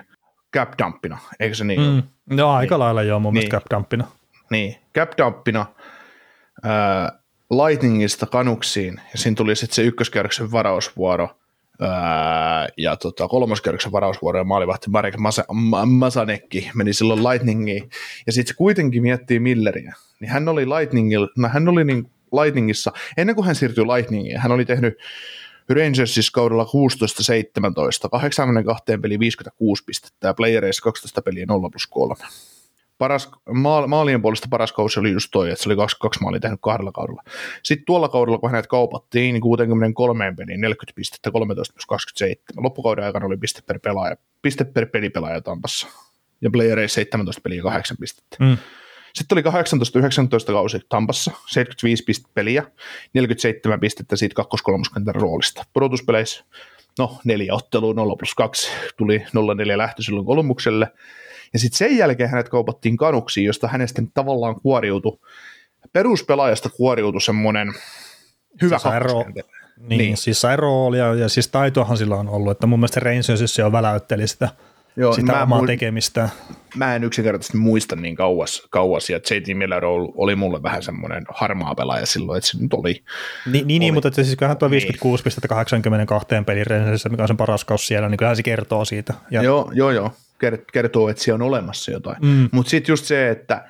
cap-dumpina, eikö se niin? Mm. No aika niin. lailla joo mun niin. mielestä cap-dumpina. Niin, cap-dumpina ää, Lightningista Canucksiin, ja siinä tuli sitten se ykköskierroksen varausvuoro, ää, ja tota, kolmoskierroksen varausvuoro, ja maalivahti Marek Masa- Ma- Masanekki meni silloin Lightningiin, ja sitten se kuitenkin miettii Milleriä, niin hän oli, no, hän oli niin Lightningissa, ennen kuin hän siirtyi Lightningiin, hän oli tehnyt Rangersissa kaudella kuusitoista seitsemäntoista, kahdeksankymmentäkaksi peliä viisikymmentäkuusi pistettä, ja Playereissa kaksitoista peliä nolla plus kolme. Paras, maal, maalien puolesta paras kausi oli just toi, että se oli kaksi, kaksi maalia tehnyt kahdella kaudella. Sitten tuolla kaudella, kun hänet kaupattiin, niin kuusikymmentäkolme peliin neljäkymmentä pistettä, kolmetoista plus kaksikymmentäseitsemän. Loppukauden aikana oli piste per pelaaja, piste per pelipelaaja Tampassa. Ja Playereissa seitsemäntoista peliä kahdeksan pistettä. Mm. Sitten oli kahdeksantoista yhdeksäntoista kausi Tampassa, seitsemänkymmentäviisi pistettä peliä, neljäkymmentäseitsemän pistettä siitä kakkos-kolmoskentän roolista. Pudotuspeleissä, no neljä ottelua, nolla plus kaksi, tuli nolla neljä lähtö silloin Kolmukselle. Ja sitten sen jälkeen hänet kaupattiin Canucksiin, josta hänestä tavallaan kuoriutui, peruspelaajasta kuoriutui semmoinen hyvä kakkoskenttä. Niin, niin, siis sai roolia ja siis taitoahan sillä on ollut, että mun mielestä Rangersissa jo väläytteli sitä, Joo, sitä omaa muist- tekemistä. Mä en yksinkertaisesti muista niin kauas, kauas ja J T Miller oli mulle vähän semmoinen harmaa pelaaja silloin, että se nyt oli. Ni, niin, oli. mutta siis kyllähän tuo viisikymmentäkuusi pistettä kahdeksankymmentäkaksi pelin Rangersissa, mikä on sen paras kausi siellä, niin kyllähän se kertoo siitä. Ja joo, joo, joo. Kertoo, että siellä on olemassa jotain. Mm. Mutta sitten just se, että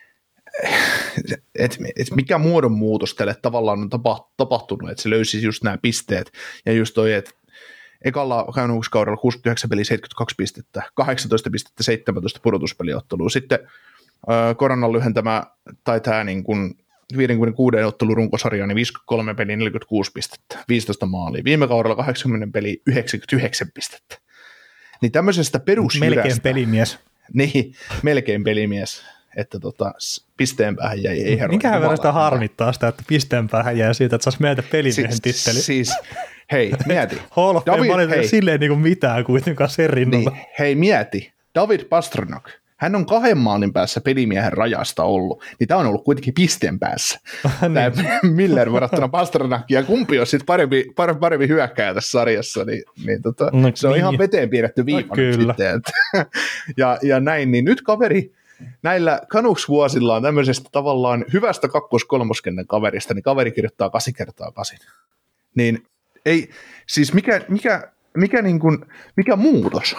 et, et mikä muodonmuutos tälle tavallaan on tapahtunut, että se löysi just nämä pisteet. Ja just toi, että ekalla Canucks-kaudella kuusikymmentäyhdeksän peliä seitsemänkymmentäkaksi pistettä, kahdeksantoista pistettä seitsemäntoista pudotuspeliottelua. Sitten äh, koronan lyhentämä, tai tämä niin kuin viisikymmentäkuusi ottelun runkosarja, niin viisikymmentäkolme peliä neljäkymmentäkuusi pistettä, viisitoista maalia. Viime kaudella kahdeksankymmentä peliä yhdeksänkymmentäyhdeksän pistettä. Niin tämmöisestä perusjyrästä. Melkein pelimies. Niin, melkein pelimies, että tota, pisteen päähän jäi ei herra. Mikähän verran sitä harmittaa sitä, että pisteen päähän jäi siitä, että saisi meiltä pelimiehen siis, titteli. Siis, hei, mieti. Hall of Fame oli silleen niin kuin mitään kuitenkaan sen rinnalla. Niin, hei, mieti. David Pastrnak. Hän on kahden maalin päässä pelimiehen rajasta ollut, niin tämä on ollut kuitenkin pisteen päässä. Tämä niin. Miller verrattuna Pastrnakia, kumpi on sitten parempi, parempi, parempi hyökkääjä tässä sarjassa, niin, niin tota, no, se on niin. Ihan veteen piirretty viiva no, sitten. ja, ja näin, niin nyt kaveri näillä Canucks-vuosilla on tämmöisestä tavallaan hyvästä kakkos-kolmoskentän kaverista, niin kaveri kirjoittaa kasi kertaa kasin. Niin ei, siis mikä, mikä, mikä, niin kuin, mikä muutos?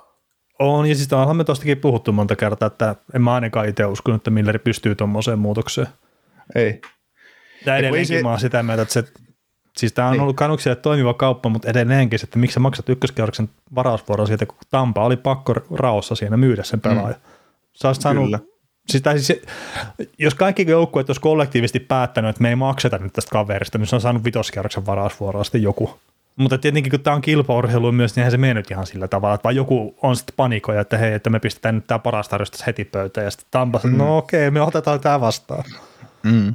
On, ja siis onhan me tuostakin puhuttu monta kertaa, että en mä ainakaan itse uskonut, että Milleri pystyy tuommoiseen muutokseen. Ei. Ja edelleenkin se mä oon sitä mieltä, että se, siis tämä on ei. ollut Canucksille toimiva kauppa, mutta edelleenkin, että miksi sä maksat ykköskierroksen varausvuoron siitä, kun Tampa oli pakko raossa siinä myydä sen pelaajan. Mm. Sä olisit saanut, siis, siis, jos kaikki joukkueet olisi kollektiivisesti päättänyt, että me ei makseta nyt tästä kaverista, niin se on saanut vitoskierroksen varausvuoroa sitten joku. Mutta tietenkin, kun tämä on kilpaurheilu myös, niin eihän se mennyt ihan sillä tavalla, että vaan joku on sitten panikoja, että hei, että me pistetään nyt tämä paras tarjostus heti pöytään, ja sitten Tampassa, mm. no okei, me otetaan tämä vastaan. Mm.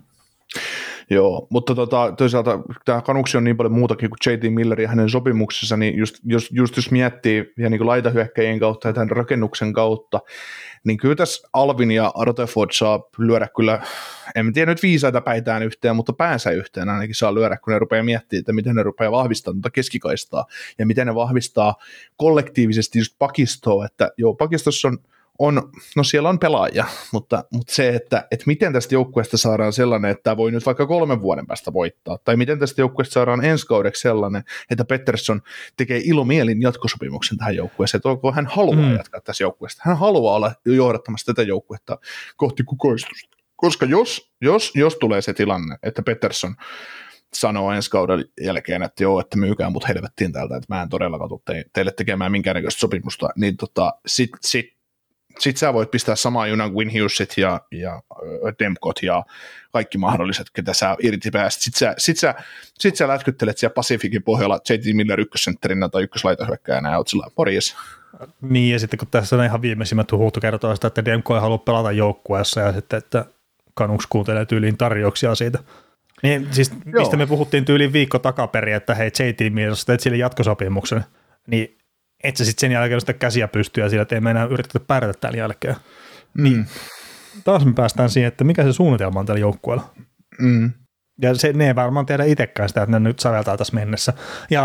Joo, mutta tota, toisaalta tämä Canucks on niin paljon muutakin kuin J T Miller ja hänen sopimuksessa, niin just, just, just jos miettii ja niin laitahyökkäjien kautta ja tämän rakennuksen kautta, niin kyllä tässä Alvin ja Rutherford saa lyödä kyllä, en tiedä nyt viisaita päitään yhteen, mutta päänsä yhteen ainakin saa lyödä, kun ne rupeaa miettimään, että miten ne rupeaa vahvistamaan tuota keskikaistaa ja miten ne vahvistaa kollektiivisesti just pakistoa, että joo, pakistossa on On, no siellä on pelaaja, mutta, mutta se, että, että miten tästä joukkueesta saadaan sellainen, että tämä voi nyt vaikka kolmen vuoden päästä voittaa, tai miten tästä joukkueesta saadaan ensi kaudeksi sellainen, että Pettersson tekee ilomielin jatkosopimuksen tähän joukkueeseen, että onko hän haluaa mm. jatkaa tässä joukkueesta. Hän haluaa olla johdattamassa tätä joukkuetta kohti kukoistusta, koska jos, jos, jos tulee se tilanne, että Pettersson sanoo ensi kauden jälkeen, että joo, että myykää mut helvettiin täältä, että mä en todellakaan tule teille tekemään minkäännäköistä sopimusta, niin tota, sit, sit sitten sä voit pistää samaa junan kuin Hughesit ja, ja Demkot ja kaikki mahdolliset, ketä sä irti päästä. Sitten sä, sit sä, sit sä lätkyttelet siellä Pacificin pohjalla J T Miller ykkössentterinä tai ykköslaitahyökkäjänä ja oot sillä morjes. Niin, ja sitten kun tässä on ihan viimeisimmät huhut kertoo sitä, että Demko ei halua pelata joukkueessa ja sitten, että Canucks kuuntelee tyyliin tarjouksia siitä. Niin, siis Joo. mistä me puhuttiin tyyliin viikko takaperin, että hei J T Miller, jos teet sille jatkosopimuksen, niin et sä sitten sen jälkeen sitä käsiä pystyä sillä, että ei me enää yritetä pärjätä tämän jälkeen. Mm. Niin. Taas me päästään siihen, että mikä se suunnitelma on tällä joukkueella. Mm. Ja se, ne ei varmaan tiedä itsekään sitä, että ne nyt säveltää tässä mennessä. Ja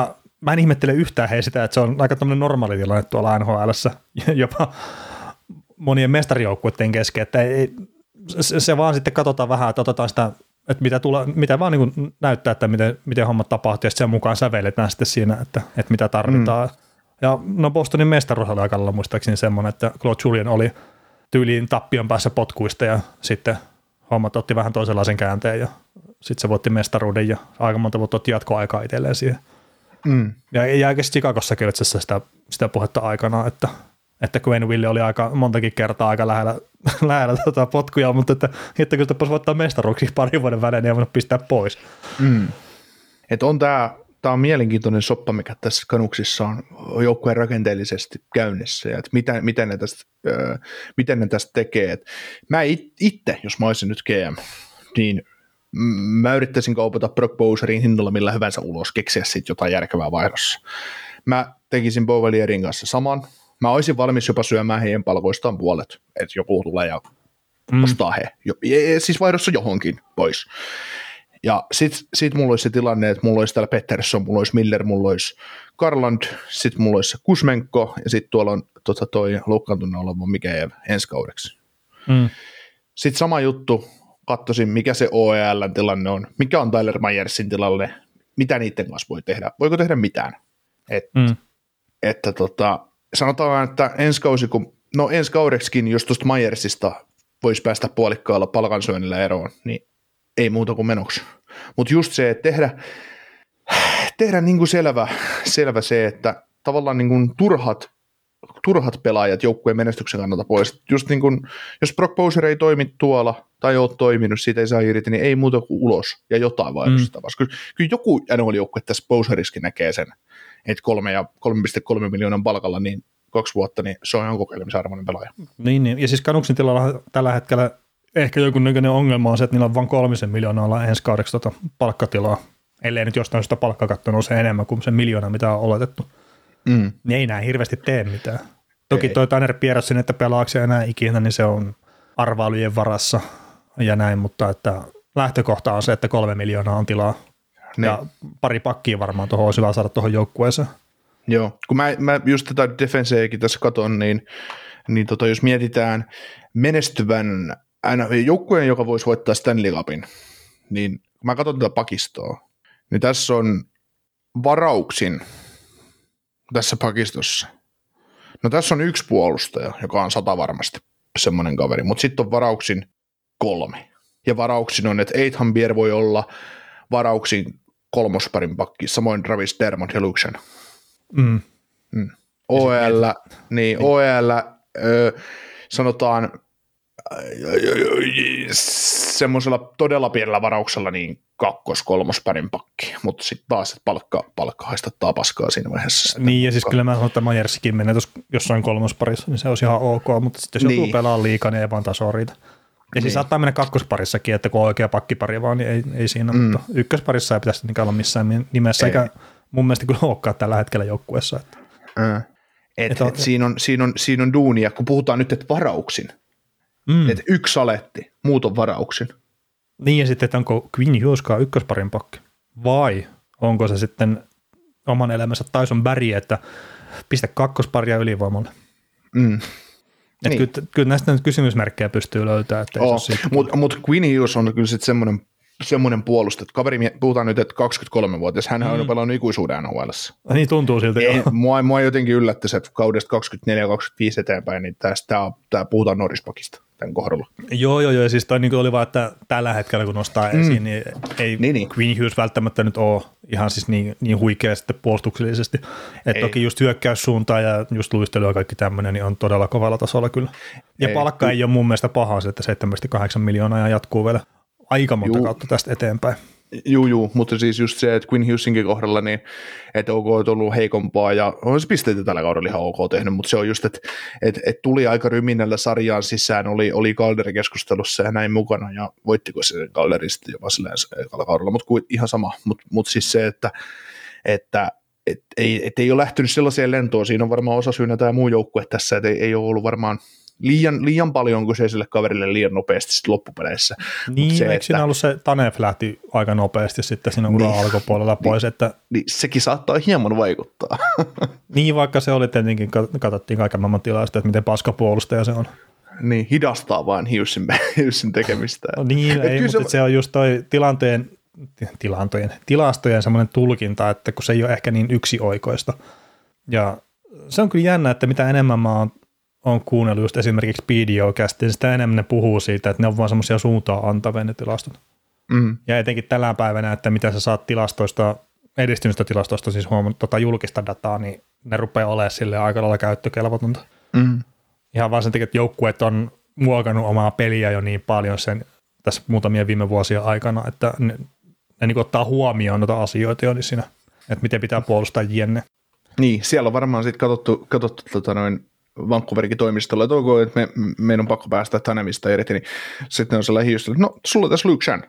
mä en ihmettele yhtään hei sitä, että se on aika tämmöinen normaali tilanne tuolla N H L:ssä, jopa monien mestarijoukkueiden kesken, että ei, se, se vaan sitten katsotaan vähän, että otetaan sitä, että mitä, tule, mitä vaan niin kuin näyttää, että miten, miten hommat tapahtuu, ja sen mukaan sävelletään sitten siinä, että, että mitä tarvitaan. Mm. Ja no Bostonin mestaruus oli aikalla muistaakseni semmoinen, että Claude Julien oli tyyliin tappion päässä potkuista, ja sitten hommat otti vähän toisenlaisen käänteen, ja sitten se voitti mestaruuden, ja aika monta vuotta otti jatkoaikaa itselleen siihen. Mm. Ja ei oikeasti Chicagossakin itse asiassa sitä, sitä puhetta aikana, että, että Gwen Willi oli aika montakin kertaa aika lähellä, lähellä tota potkuja, mutta että, että kun sitä voittaa mestaruuksi parin vuoden välein, niin ei voinut pistää pois. Mm. Että on tämä Tämä on mielenkiintoinen soppa, mikä tässä Canucksissa on joukkueen rakenteellisesti käynnissä ja että miten, miten, ne tästä, äh, miten ne tästä tekee. Et mä itse, jos mä olisin nyt G M, niin mä yrittäisin kaupata Brock Bowserin hinnalla millä hyvänsä ulos, keksiä sitten jotain järkevää vaihdossa. Mä tekisin Bovelierin kanssa saman. Mä olisin valmis jopa syömään heidän palkoistaan puolet, että joku tulee ja mm. ostaa he. Siis vaihdossa johonkin pois. Ja sitten sit mulla olisi se tilanne, että mulla olisi täällä Pettersson, mulla olisi Miller, mulla olisi Garland, sitten mulla olisi se Kuzmenko, ja sitten tuolla on tota, toi loukkaantunut oleva Mikeev ensi kaudeksi. Mm. Sitten sama juttu, katsoisin mikä se O E L:n tilanne on, mikä on Tyler Myersin tilanne, mitä niiden kanssa voi tehdä, voiko tehdä mitään. Et, mm. Että tota, sanotaan, että ensi kausi, kun, no ensi kaudeksikin, jos tuosta Myersista voisi päästä puolikkaalla palkansyönnillä eroon, niin ei muuta kuin menoksi. Mutta just se, että tehdä, tehdä niinku selvä, selvä se, että tavallaan niinku turhat, turhat pelaajat joukkueen menestyksen kannalta pois. Just niin kuin, jos Brock Bowser ei toimi tuolla tai ole toiminut, siitä ei saa irti, niin ei muuta kuin ulos ja jotain vaihdosta. Mm. Kyllä, kyllä joku N H L-joukkue tässä Bowseriskin näkee sen, että kolme pilkku kolme miljoonan palkalla niin kaksi vuotta, niin se on ihan kokeilemisarvoinen pelaaja. Niin, niin. Ja siis Canucksin tilalla tällä hetkellä ehkä joku nykyinen ongelma on se, että niillä on vain kolmisen miljoonaa olla ensi kaudeksi tota palkkatilaa, ellei nyt jostain sitä palkkakattoa nousee enemmän kuin se miljoona, mitä on oletettu. Mm. Niin ei näin hirveästi tee mitään. Toki ei. Toi Tanner Pierrotsin, että pelaaksia enää ikinä, niin se on arvailujen varassa ja näin, mutta että lähtökohta on se, että kolme miljoonaa on tilaa. Niin. Ja pari pakkia varmaan tuohon olisi hyvä saada tuohon joukkueeseen. Joo, kun mä, mä just tätä defenseäkin tässä katon, niin, niin tota, jos mietitään menestyvän joukkueen, joka voisi voittaa Stanley Cupin, niin kun mä katson tätä pakistoa, niin tässä on varauksin tässä pakistossa. No tässä on yksi puolustaja, joka on sata varmasti semmoinen kaveri, mutta sitten on varauksin kolme. Ja varauksin on, että Eithambier voi olla varauksin kolmosparin pakki, samoin Travis Dermott ja Luxen. Mm. Mm. O E L, niin O E L ö, sanotaan semmoisella todella pienellä varauksella niin kakkos-kolmospärin pakki, mutta sitten taas että palkka, palkka haistattaa paskaa siinä vaiheessa. Niin, ja siis kyllä mä sanon, että Myersikin menee tuossa jossain kolmosparissa, niin se olisi ihan ok, mutta sitten jos niin. joutuu pelaamaan liikaa, niin ei vaan tasoa riitä. Ja niin. siis saattaa mennä kakkosparissakin, että kun on oikea pakkipari vaan, niin ei, ei siinä, mm. mutta ykkösparissa ei pitäisi niinkään olla missään nimessä, ei. Eikä mun mielestä kyllä olekaan tällä hetkellä joukkueessa. Että. Mm. Et, et on, et siinä, on, siinä, on, siinä on duunia, kun puhutaan nyt, että varauksin. Mm. Että yksi saletti, muut on varauksin. Niin ja sitten, että onko Quinn Hugheskaan ykkösparin pakki vai onko se sitten oman elämänsä Tyson Barrie, että pistä kakkosparia ylivoimalle. Mm. Niin. Kyllä, kyllä näistä nyt kysymysmerkkejä pystyy löytämään. Oh, mutta mut Quinn Hughes on kyllä sitten semmoinen semmoinen puolusta, että kaveri, puhutaan nyt, että kaksikymmentäkolmevuotias, hän mm. on pelannut ikuisuuden N H L:ssä. Niin tuntuu siltä. Ei, mua, mua jotenkin yllättäisi, että kaudesta kaksikymmentäneljä kaksikymmentäviisi eteenpäin, niin tästä tää puhutaan Norrispakista tämän kohdalla. Joo, joo, joo, ja siis toi niin oli vaan, että tällä hetkellä kun nostaa mm. esiin, niin ei niin, niin. Quinn Hughes välttämättä nyt ole ihan siis niin, niin huikea sitten puolustuksellisesti. Että toki just hyökkäyssuuntaan ja just luistelu ja kaikki tämmöinen, niin on todella kovalla tasolla kyllä. Ja ei, palkka ei ole mun mielestä paha, että seitsemän pilkku kahdeksan miljoonaa ja jatkuu vielä aika monta juu. kautta tästä eteenpäin. Juu, juu, mutta siis just se, että Quinn Hughesinkin kohdalla, niin että OK on ollut heikompaa ja on se pisteitä tällä kaudella ihan OK tehnyt, mutta se on just, että että että tuli aika ryminällä sarjaan sisään, oli, oli Calder-keskustelussa ja näin mukana ja voittiko se Calderin sitten jopa silleen ekalla kaudella, mutta ihan sama, mutta mut siis se, että, että et ei, et ei ole lähtenyt sellaiseen lentoon, siinä on varmaan osa syynä tämä muu joukkue tässä, että ei, ei ole ollut varmaan liian, liian paljon kyseiselle kaverille liian nopeasti sit loppupeleissä. Niin, se, eikö että, siinä ollut se Tanev lähti aika nopeasti sitten siinä uran niin, alkupuolella pois, niin, että niin, sekin saattaa hieman vaikuttaa. Niin, hidastaa vaan Hughesin, Hughesin tekemistä. No niin, ei, mutta se, se on just toi tilanteen, tilantojen, tilastojen semmoinen tulkinta, että kun se ei ole ehkä niin yksioikoista. Ja se on kyllä jännä, että mitä enemmän mä oon, oon kuunnellut just esimerkiksi P D O-kästiin, sitä enemmän ne puhuu siitä, että ne on vaan semmoisia suuntaa antavia ne tilastot. Mm. Ja etenkin tällä päivänä, että mitä sä saat tilastoista, edistyneistä tilastoista, siis huomannut tota julkista dataa, niin ne rupeaa olemaan silleen aika lailla käyttökelvotonta. Mm. Ihan vaan sen takia, että joukkueet on muokannut omaa peliä jo niin paljon sen tässä muutamia viime vuosien aikana, että ne, ne niin ottaa huomioon noita asioita jo niin siinä, että miten pitää puolustaa jenne. Niin, siellä on varmaan sitten katsottu, katsottu tota noin Vancouverikin toimistolla, että onko, että me, meidän on pakko päästä Tanemista irti, niin sitten on sellainen hiusta, että no, sulla on tässä Luke Shan.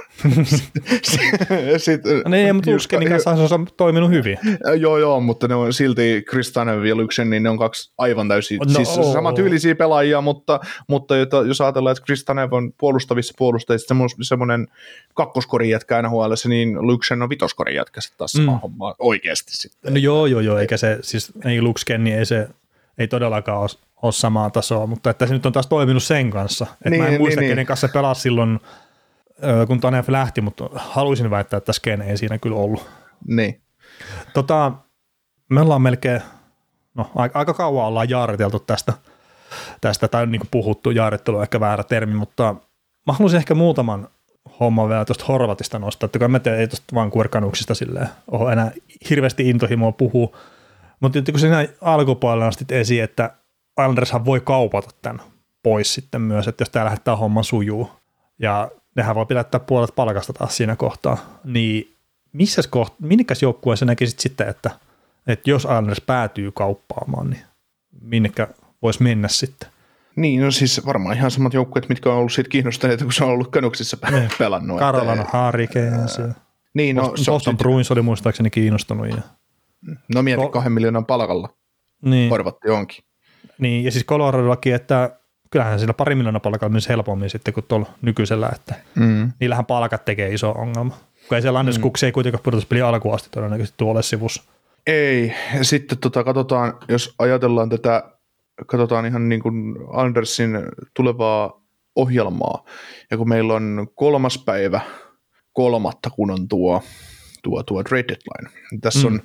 Sitten, no ei, mutta Luke Shannin kanssa se on toiminut hyvin. Joo, joo, mutta ne on silti Chris Tanev ja Luke Shan, niin ne on kaksi aivan täysin, no, siis oh, sama tyylisiä pelaajia, mutta, mutta jos ajatellaan, että Chris Tanev on puolustavissa puolustajissa semmoinen kakkoskorin jätkä N H L:ssä, niin Luke Shan on vitoskorin jätkä sitten taas sama mm. homma oikeasti sitten. No joo, joo, joo, eikä se, siis ei Luke Shan, niin ei se, ei todellakaan ole, ole samaa tasoa, mutta että se nyt on taas toiminut sen kanssa. Että niin, mä en muista, niin, kenen kanssa se pelasi silloin, kun Tanev lähti, mutta haluaisin väittää, että Sken ei siinä kyllä ollut. Niin. Tota, me ollaan melkein, no aika kauan ollaan jaariteltu tästä, tästä tai niin kuin puhuttu, jaarittelu on ehkä väärä termi, mutta mä haluaisin ehkä muutaman homman vielä tuosta Horvatista nostaa, että kun mä tiedän, ei tuosta vaan kurkanuksista silleen ole enää hirveästi intohimoa puhua, mutta kun siinä alkupuolella nostit esiin, että Islandershan voi kaupata tämän pois sitten myös, että jos tää lähdetään homman sujuu, ja nehän voi pidättää puolet palkasta taas siinä kohtaa, niin missäs kohta, minnekäs joukkueessa näkisit sitten, että, että jos Islanders päätyy kauppaamaan, niin minnekä voisi mennä sitten? Niin, no siis varmaan ihan samat joukkueet, mitkä on ollut siitä kiinnostuneita, kun se on ollut Canucksissa pelannut. Carolina Hurricanes. Niin, no, Boston, Boston Bruins oli muistaakseni kiinnostunut. Ja no mieti kahden miljoonan palkalla. Niin. Horvatti onkin. Niin, ja siis Coloradollakin, että kyllähän sillä pari miljoonaa palkalla myös helpommin sitten kuin tuolla nykyisellä, että mm. niillähän palkat tekee iso ongelma. Kun ei se Landers mm. Cooks ei kuitenkaan pudotuspeli alkuun asti todennäköisesti tuolle sivussa. Ei, ja sitten tota, katsotaan, jos ajatellaan tätä, katsotaan ihan niin kuin Andersin tulevaa ohjelmaa, ja kun meillä on kolmas päivä kolmatta, kun on tuo, tuo, tuo trade deadline. Tässä on, mm.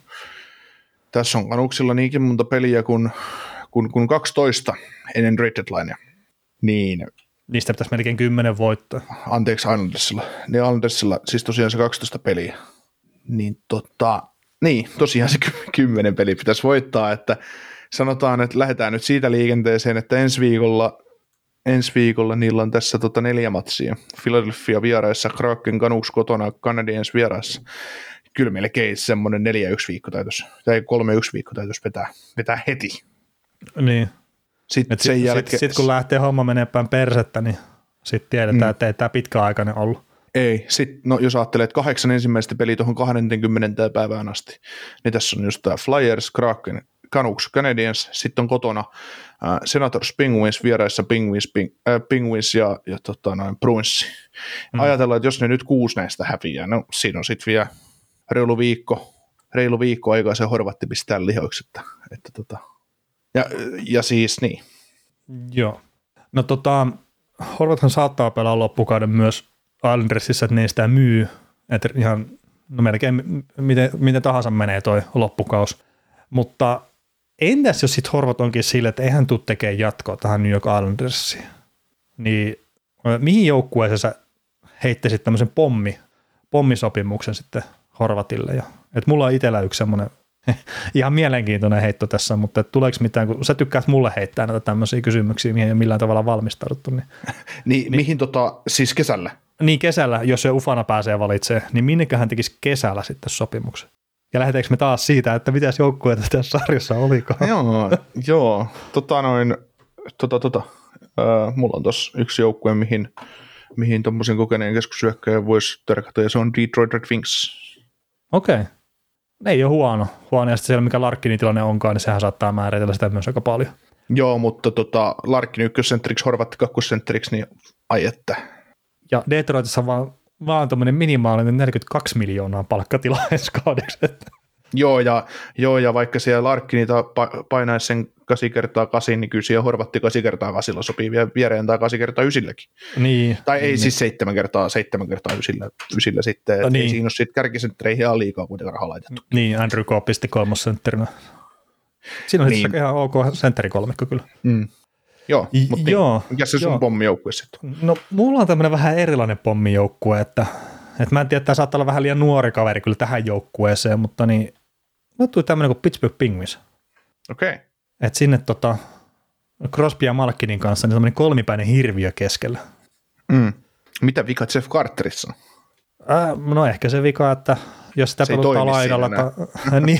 tässä on Canucksilla niinkin monta peliä kuin, kuin, kuin kaksitoista ennen trade deadlinea. Niin. Niistä pitäisi melkein kymmenen voittaa. Anteeksi, Islandersilla. Niin Islandersilla, siis tosiaan se kaksitoista peliä. Niin tota, niin, tosiaan se kymmenen peliä pitäisi voittaa, että sanotaan, että lähdetään nyt siitä liikenteeseen, että ensi viikolla, ensi viikolla niillä on tässä tota neljä matsia. Philadelphia vieraissa, Kraken, Canucks kotona, Canadiens vieraissa. Kyllä melkein semmoinen neljä yksi viikko täytös, tai kolme yksi viikko täytös vetää, vetää heti. Niin. Sitten sen jälkeen... Sitten sit kun lähtee homma menee päin persettä, niin sitten tiedetään, mm. että ei tämä pitkäaikainen ollut. Ei, sitten no, jos ajattelee, että kahdeksan ensimmäistä peliä tuohon kaksikymmentä päivään asti, niin tässä on just tämä Flyers, Kraken, Canucks, Canadiens, sitten on kotona äh, Senators, Penguins, vieraissa Penguins, Ping, äh, Penguins ja, ja tota, noin Bruins. Mm. Ajatellaan, että jos ne nyt kuusi näistä häviää, no siinä on sitten vielä reilu viikko, reilu viikko aikaa se Horvatti pistää lihoiksi, että, että tota, ja, ja siis niin. Joo. No tota, Horvathan saattaa pelaa loppukauden myös Islandersissa, että ne sitä myy, että ihan no melkein miten, miten tahansa menee toi loppukaus. Mutta entäs jos sitten Horvat onkin sille, että eihän tule tekemään jatkoa tähän New York Islandersiin, niin mihin joukkueeseen sä heittäisit tämmöisen pommi, pommisopimuksen sitten Horvatille? Ja, että mulla on itsellä yksi semmoinen ihan mielenkiintoinen heitto tässä, mutta tuleeko mitään, kun sä tykkäät mulle heittää näitä tämmöisiä kysymyksiä, mihin ei ole millään tavalla valmistauduttu. Niin, niin, niin mihin tota, siis kesällä? Niin kesällä, jos se Ufana pääsee valitsemaan, niin minnekähän tekisi kesällä sitten sopimuksen? Ja lähdetäänkö me taas siitä, että mitäs joukkueita tässä sarjassa olikaan? Joo, joo. Tota noin, tota, tota. Äh, mulla on tossa yksi joukkue, mihin, mihin tommosen kokeneen keskusyökkäjän voisi törkätä, ja se on Detroit Red Wings. Okei. Okay. Ei ole huono. Huono, ja sitten siellä mikä Larkkinin tilanne onkaan, niin sehän saattaa määritellä sitä myös aika paljon. Joo, mutta tota, Larkin ykkössentteriksi, Horvatti kakkosentteriksi, niin ai että. Ja Detroitissa vaan, vaan tuommoinen minimaalinen neljäkymmentäkaksi miljoonaa palkkatilaa ensi kaudeksi. Joo ja, joo, ja vaikka siellä Larkki niitä painaisi sen kahdeksan kertaa kahdeksan, niin kyllä siellä Horvatti kahdeksan kertaa kahdeksan sopii viereen tai kahdeksan kertaa yhdelläkin. Niin. Tai ei niin. siis seitsemän kertaa, seitsemän kertaa ysillä, ysillä sitten, no, niin. Ei siinä ole sitten kärkisenttereihin ihan liikaa kuitenkaan rahaa laitettu. Niin, Andrew Coe pisti kolmosentterinä. Siinä on niin. ihan ok sentteri-kolmikko kyllä. Mm. Joo, I, mutta joo, mikä se sun pommijoukkue sitten? No mulla on tämmöinen vähän erilainen pommijoukkue, että, että mä en tiedä, että tämä saattaa olla vähän liian nuori kaveri kyllä tähän joukkueeseen, mutta niin mulle tuli tämmöinen kuin Pittsburgh Penguins. Okei. Okay. Että sinne tota, Crosby ja Malkinin kanssa niin tämmöinen kolmipäinen hirviö keskellä. Mm. Mitä vika Jeff Carterissa? Äh, no ehkä se vika, että jos sitä peluttaa laidalla. Ta- niin.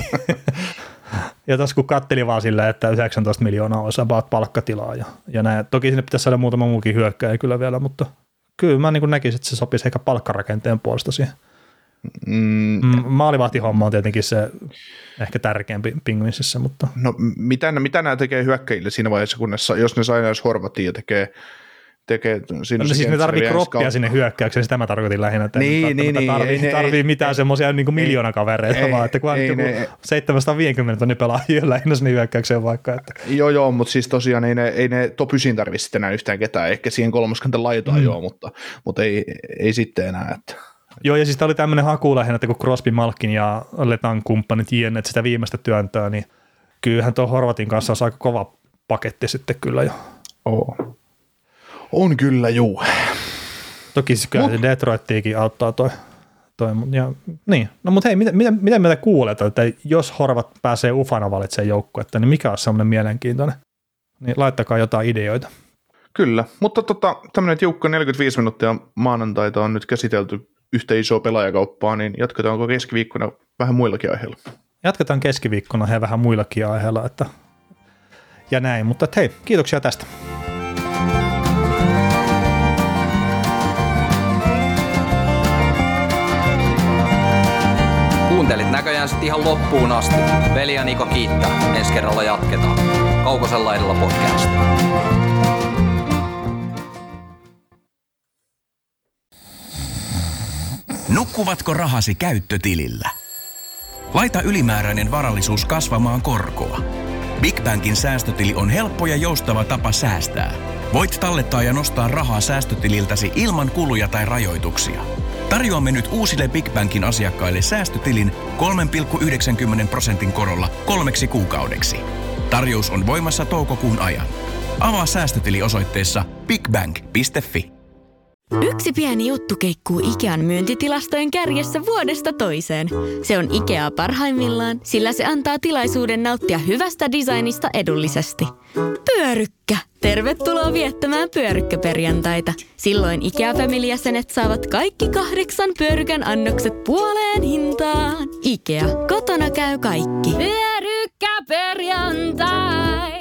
Ja tässä kun katteli vaan silleen, että yhdeksäntoista miljoonaa olisi about palkkatilaa ja, ja näin. Toki sinne pitäisi saada muutama muukin hyökkääjä kyllä vielä, mutta kyllä mä niin näkisin, että se sopisi ehkä palkkarakenteen puolesta siihen. Mm. Maalivahtihomma on tietenkin se ehkä tärkeämpi Penguinsissa, mutta... No mitä, mitä nämä tekee hyökkäjille siinä vaiheessa, kun ne, jos ne sainaisi Horvatia ja tekee... tekee siinä no, siis ne tarvii kroppia sinne hyökkäykseen, sitä mä tarkoitin lähinnä, että niin, niin, niin, tarvii, ei, tarvii ei, mitään semmoisia niin miljoonan-kavereita, ei, vaan että kun ei, ei, seitsemänsataaviisikymmentä tonnia pelaajia lähinnä sinne hyökkäykseen vaikka. Että. Joo, joo, mutta siis tosiaan ei ne, ei ne top yhdeksän tarvitse sitten enää yhtään ketään, ehkä siihen kolmoskanta laitaan mm. joo, mutta, mutta ei, ei sitten enää. Että. Joo, ja siis tämä oli tämmöinen haku lähinnä, että kun Crosby, Malkin ja Letan kumppanit jännet sitä viimeistä työntää, niin kyllähän tuo Horvatin kanssa on aika kova paketti sitten kyllä jo. Oh. On kyllä, juu. Toki siis kyllä se Detroittiikin auttaa toi. toi ja, niin. No mutta hei, mitä, mitä, mitä mieltä kuulet, että jos Horvat pääsee Ufana valitsemaan joukkuetta, niin mikä on semmoinen mielenkiintoinen? Niin laittakaa jotain ideoita. Kyllä, mutta tota, tämmöinen tiukka neljäkymmentäviisi minuuttia maanantaita on nyt käsitelty yhtä isoa pelaajakauppaa, niin jatketaanko keskiviikkona vähän muillakin aiheilla? Jatketaan keskiviikkona he vähän muillakin aiheilla, että ja näin, mutta hei, kiitoksia tästä. Kuuntelit näköjään sitten ihan loppuun asti. Veli ja Niko kiittää. Ensi kerralla jatketaan. Kaukosella edellä podcast. Nukkuvatko rahasi käyttötilillä? Laita ylimääräinen varallisuus kasvamaan korkoa. Big Bankin säästötili on helppo ja joustava tapa säästää. Voit tallettaa ja nostaa rahaa säästötililtäsi ilman kuluja tai rajoituksia. Tarjoamme nyt uusille Big Bankin asiakkaille säästötilin kolme pilkku yhdeksänkymmentä prosentin korolla kolmeksi kuukaudeksi. Tarjous on voimassa toukokuun ajan. Avaa säästötili osoitteessa bigbank piste fi. Yksi pieni juttu keikkuu Ikean myyntitilastojen kärjessä vuodesta toiseen. Se on Ikea parhaimmillaan, sillä se antaa tilaisuuden nauttia hyvästä designista edullisesti. Pyörykkä! Tervetuloa viettämään pyörykkäperjantaita. Silloin Ikea-familijäsenet saavat kaikki kahdeksan pyörykän annokset puoleen hintaan. Ikea, kotona käy kaikki. Pyörykkäperjantai!